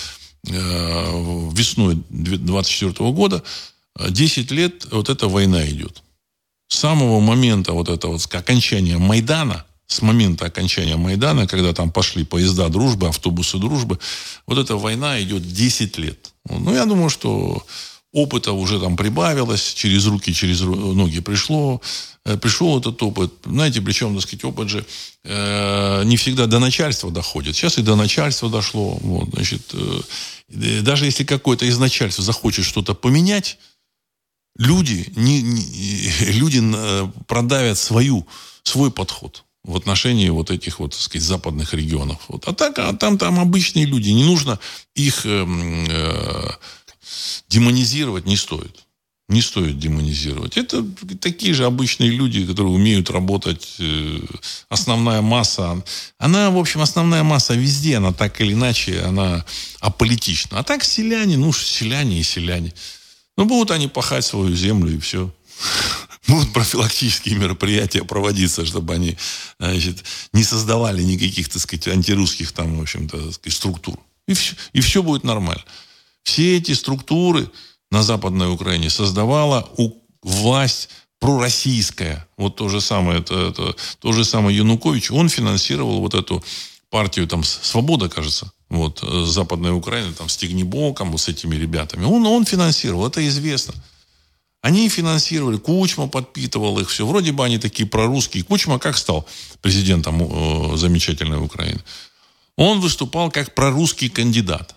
весной 24 года 10 лет вот эта война идет. С самого момента вот этого вот окончания Майдана, с момента окончания Майдана, когда там пошли поезда дружбы, автобусы дружбы, вот эта война идет 10 лет. Ну, я думаю, что опыта уже там прибавилось, через руки, через ноги пришел этот опыт. Знаете, причем, так сказать, опыт же не всегда до начальства доходит. Сейчас и до начальства дошло. Вот, значит, даже если какое-то из начальства захочет что-то поменять, люди продавят свой подход в отношении вот этих вот, так сказать, западных регионов. Вот. А там обычные люди. Не нужно их демонизировать, не стоит. Не стоит демонизировать. Это такие же обычные люди, которые умеют работать. Основная масса, основная масса везде, она так или иначе, она аполитична. А так селяне, селяне и селяне. Будут они пахать свою землю и все. Будут профилактические мероприятия проводиться, чтобы они, значит, не создавали никаких, так сказать, антирусских там, в общем-то, так сказать, структур. И все будет нормально. Все эти структуры на Западной Украине создавала власть пророссийская. Вот то же самое Янукович. Он финансировал вот эту партию там «Свобода», кажется, вот, Западной Украины, там, с Тягнебоком, вот с этими ребятами. Он финансировал, это известно. Они финансировали, Кучма подпитывал их, все. Вроде бы они такие прорусские. Кучма как стал президентом замечательной Украины? Он выступал как прорусский кандидат.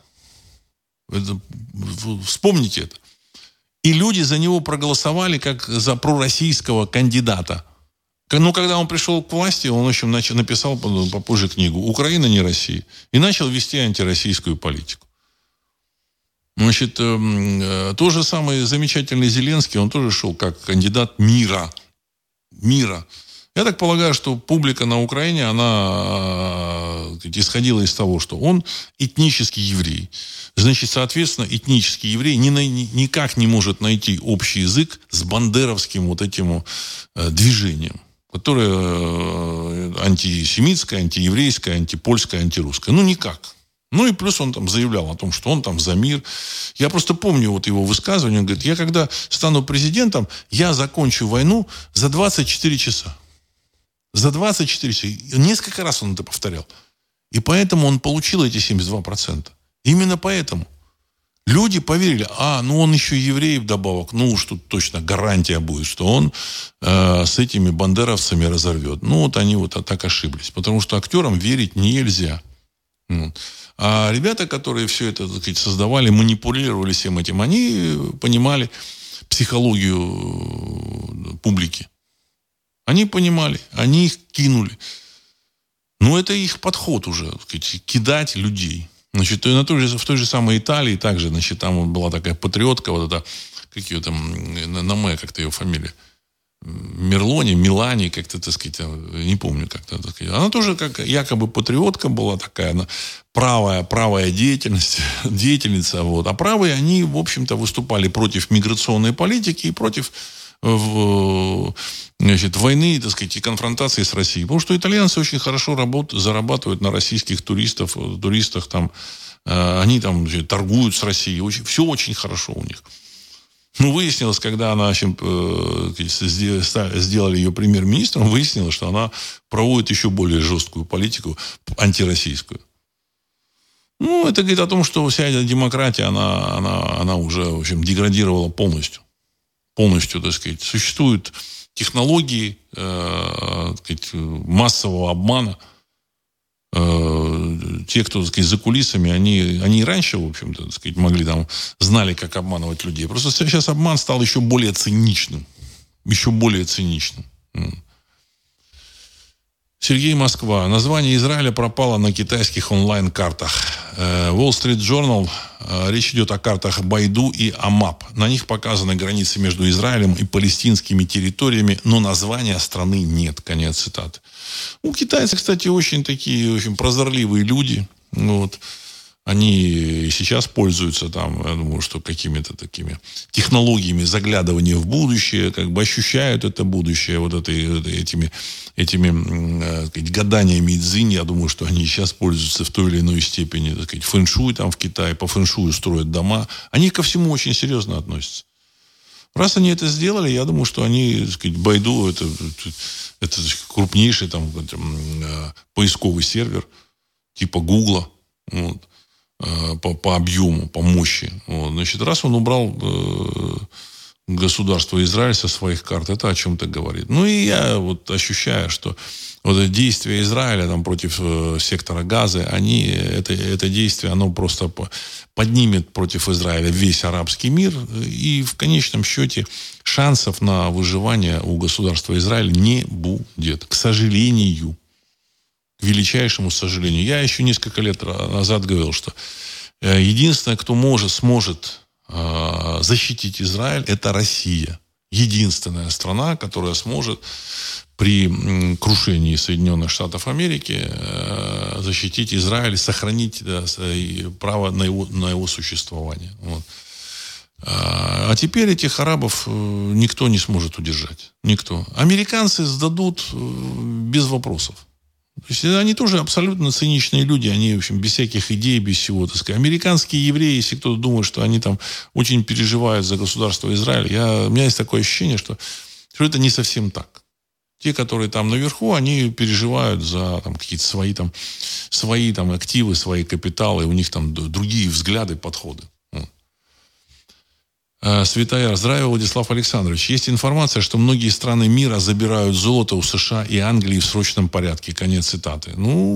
Вспомните это. И люди за него проголосовали как за пророссийского кандидата. Когда он пришел к власти, он, в общем, написал попозже книгу «Украина не Россия» и начал вести антироссийскую политику. Значит, то же самое замечательный Зеленский, он тоже шел как кандидат мира. Я так полагаю, что публика на Украине, она исходила из того, что он этнический еврей. Значит, соответственно, этнический еврей никак не может найти общий язык с бандеровским вот этим движением, которое антисемитское, антиеврейское, антипольское, антирусское. Никак. И плюс он там заявлял о том, что он там за мир. Я просто помню вот его высказывание. Он говорит, я когда стану президентом, я закончу войну за 24 часа. За 24 часа. И несколько раз он это повторял. И поэтому он получил эти 72%. Именно поэтому. Люди поверили, он еще еврей вдобавок, уж тут точно гарантия будет, что он с этими бандеровцами разорвет. Они так ошиблись. Потому что актерам верить нельзя. А ребята, которые все это, так сказать, создавали, манипулировали всем этим, они понимали психологию публики. Они понимали, они их кинули. Это их подход уже, так сказать, кидать людей. Значит, в той же самой Италии также, значит, там была такая патриотка, вот эта, как ее там, как-то ее фамилия. Милани, как-то, так сказать, не помню, как-то, так сказать. Она тоже как якобы патриотка была такая, она правая деятельница, вот. А правые, они, в общем-то, выступали против миграционной политики и против войны, так сказать, и конфронтации с Россией. Потому что итальянцы очень хорошо зарабатывают на российских туристах там, они там торгуют с Россией, все очень хорошо у них. Выяснилось, когда она, сделали ее премьер-министром, выяснилось, что она проводит еще более жесткую политику антироссийскую. Это говорит о том, что вся эта демократия, она уже, в общем, деградировала полностью. Полностью, так сказать. Существуют технологии, так сказать, массового обмана. Те, кто, так сказать, за кулисами, они раньше, в общем-то, так сказать, знали, как обманывать людей. Просто сейчас обман стал еще более циничным. Сергей, Москва. Название Израиля пропало на китайских онлайн-картах. Wall Street Journal. Речь идет о картах Байду и Амап. На них показаны границы между Израилем и палестинскими территориями, но названия страны нет. Конец цитаты. Китайцы, кстати, очень прозорливые люди. Они и сейчас пользуются там, я думаю, что какими-то такими технологиями заглядывания в будущее, как бы ощущают это будущее этими гаданиями цзинь. Я думаю, что они сейчас пользуются в той или иной степени, так сказать, фэншуй там в Китае, по фэншую строят дома. Они ко всему очень серьезно относятся. Раз они это сделали, я думаю, что они, так сказать, Байду, это крупнейший там, поисковый сервер, типа Гугла, вот, по объему, по мощи. Вот. Значит, раз он убрал государство Израиль со своих карт, это о чем-то говорит. Ну, и я вот ощущаю, что вот это действие Израиля там, против сектора Газы, это действие, оно просто поднимет против Израиля весь арабский мир, и в конечном счете шансов на выживание у государства Израиль не будет. К сожалению. К величайшему сожалению. Я еще несколько лет назад говорил, что единственное, кто сможет защитить Израиль, это Россия. Единственная страна, которая сможет при крушении Соединенных Штатов Америки защитить Израиль, сохранить право на его существование. Вот. А теперь этих арабов никто не сможет удержать. Никто. Американцы сдадут без вопросов. То есть они тоже абсолютно циничные люди, они, в общем, без всяких идей, без всего, так сказать. Американские евреи, если кто-то думает, что они там очень переживают за государство Израиль, у меня есть такое ощущение, что это не совсем так. Те, которые там наверху, они переживают за там, какие-то свои там активы, свои капиталы, у них там другие взгляды, подходы. Святая, здравия, Владислав Александрович. Есть информация, что многие страны мира забирают золото у США и Англии в срочном порядке. Конец цитаты.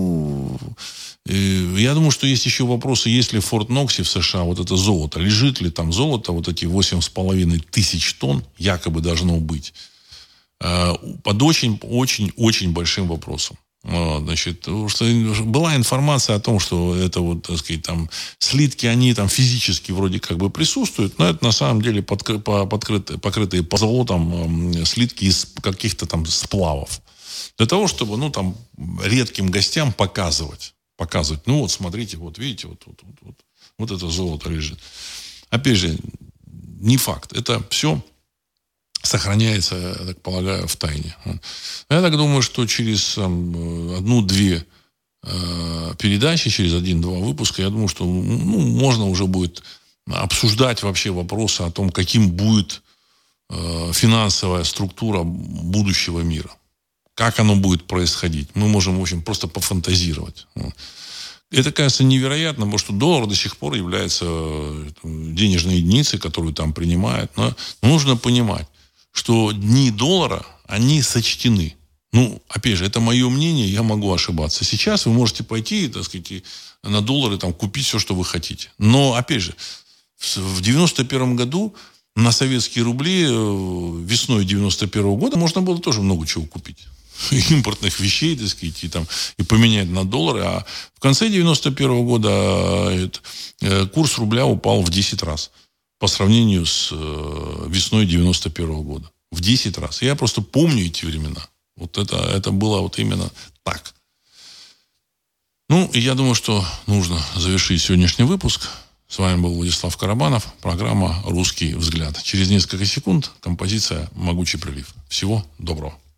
Я думаю, что есть еще вопросы, есть ли в Форт Ноксе в США вот это золото. Лежит ли там золото, вот эти 8,5 тысяч тонн якобы должно быть. Под очень-очень большим вопросом. Значит, что была информация о том, что это вот, так сказать, там слитки, они там физически вроде как бы присутствуют, но это на самом деле покрытые позолотом слитки из каких-то там сплавов. Для того, чтобы, там редким гостям показывать. Ну вот, смотрите, вот видите, вот это золото лежит. Опять же, не факт. Это все сохраняется, я так полагаю, в тайне. Я так думаю, что через одну-две передачи, через 1-2 выпуска, я думаю, что можно уже будет обсуждать вообще вопросы о том, каким будет финансовая структура будущего мира. Как оно будет происходить. Мы можем, в общем, просто пофантазировать. Это, кажется, невероятно, потому что доллар до сих пор является денежной единицей, которую там принимают. Но нужно понимать, что дни доллара, они сочтены. Опять же, это мое мнение, я могу ошибаться. Сейчас вы можете пойти, так сказать, на доллары там, купить все, что вы хотите. Но, опять же, в 91 году на советские рубли весной 91 года можно было тоже много чего купить. Импортных вещей, так сказать, и поменять на доллары. А в конце 91 года курс рубля упал в 10 раз. По сравнению с весной 91 года. В 10 раз. Я просто помню эти времена. Вот это было вот именно так. И я думаю, что нужно завершить сегодняшний выпуск. С вами был Владислав Карабанов. Программа «Русский взгляд». Через несколько секунд композиция «Могучий прилив». Всего доброго.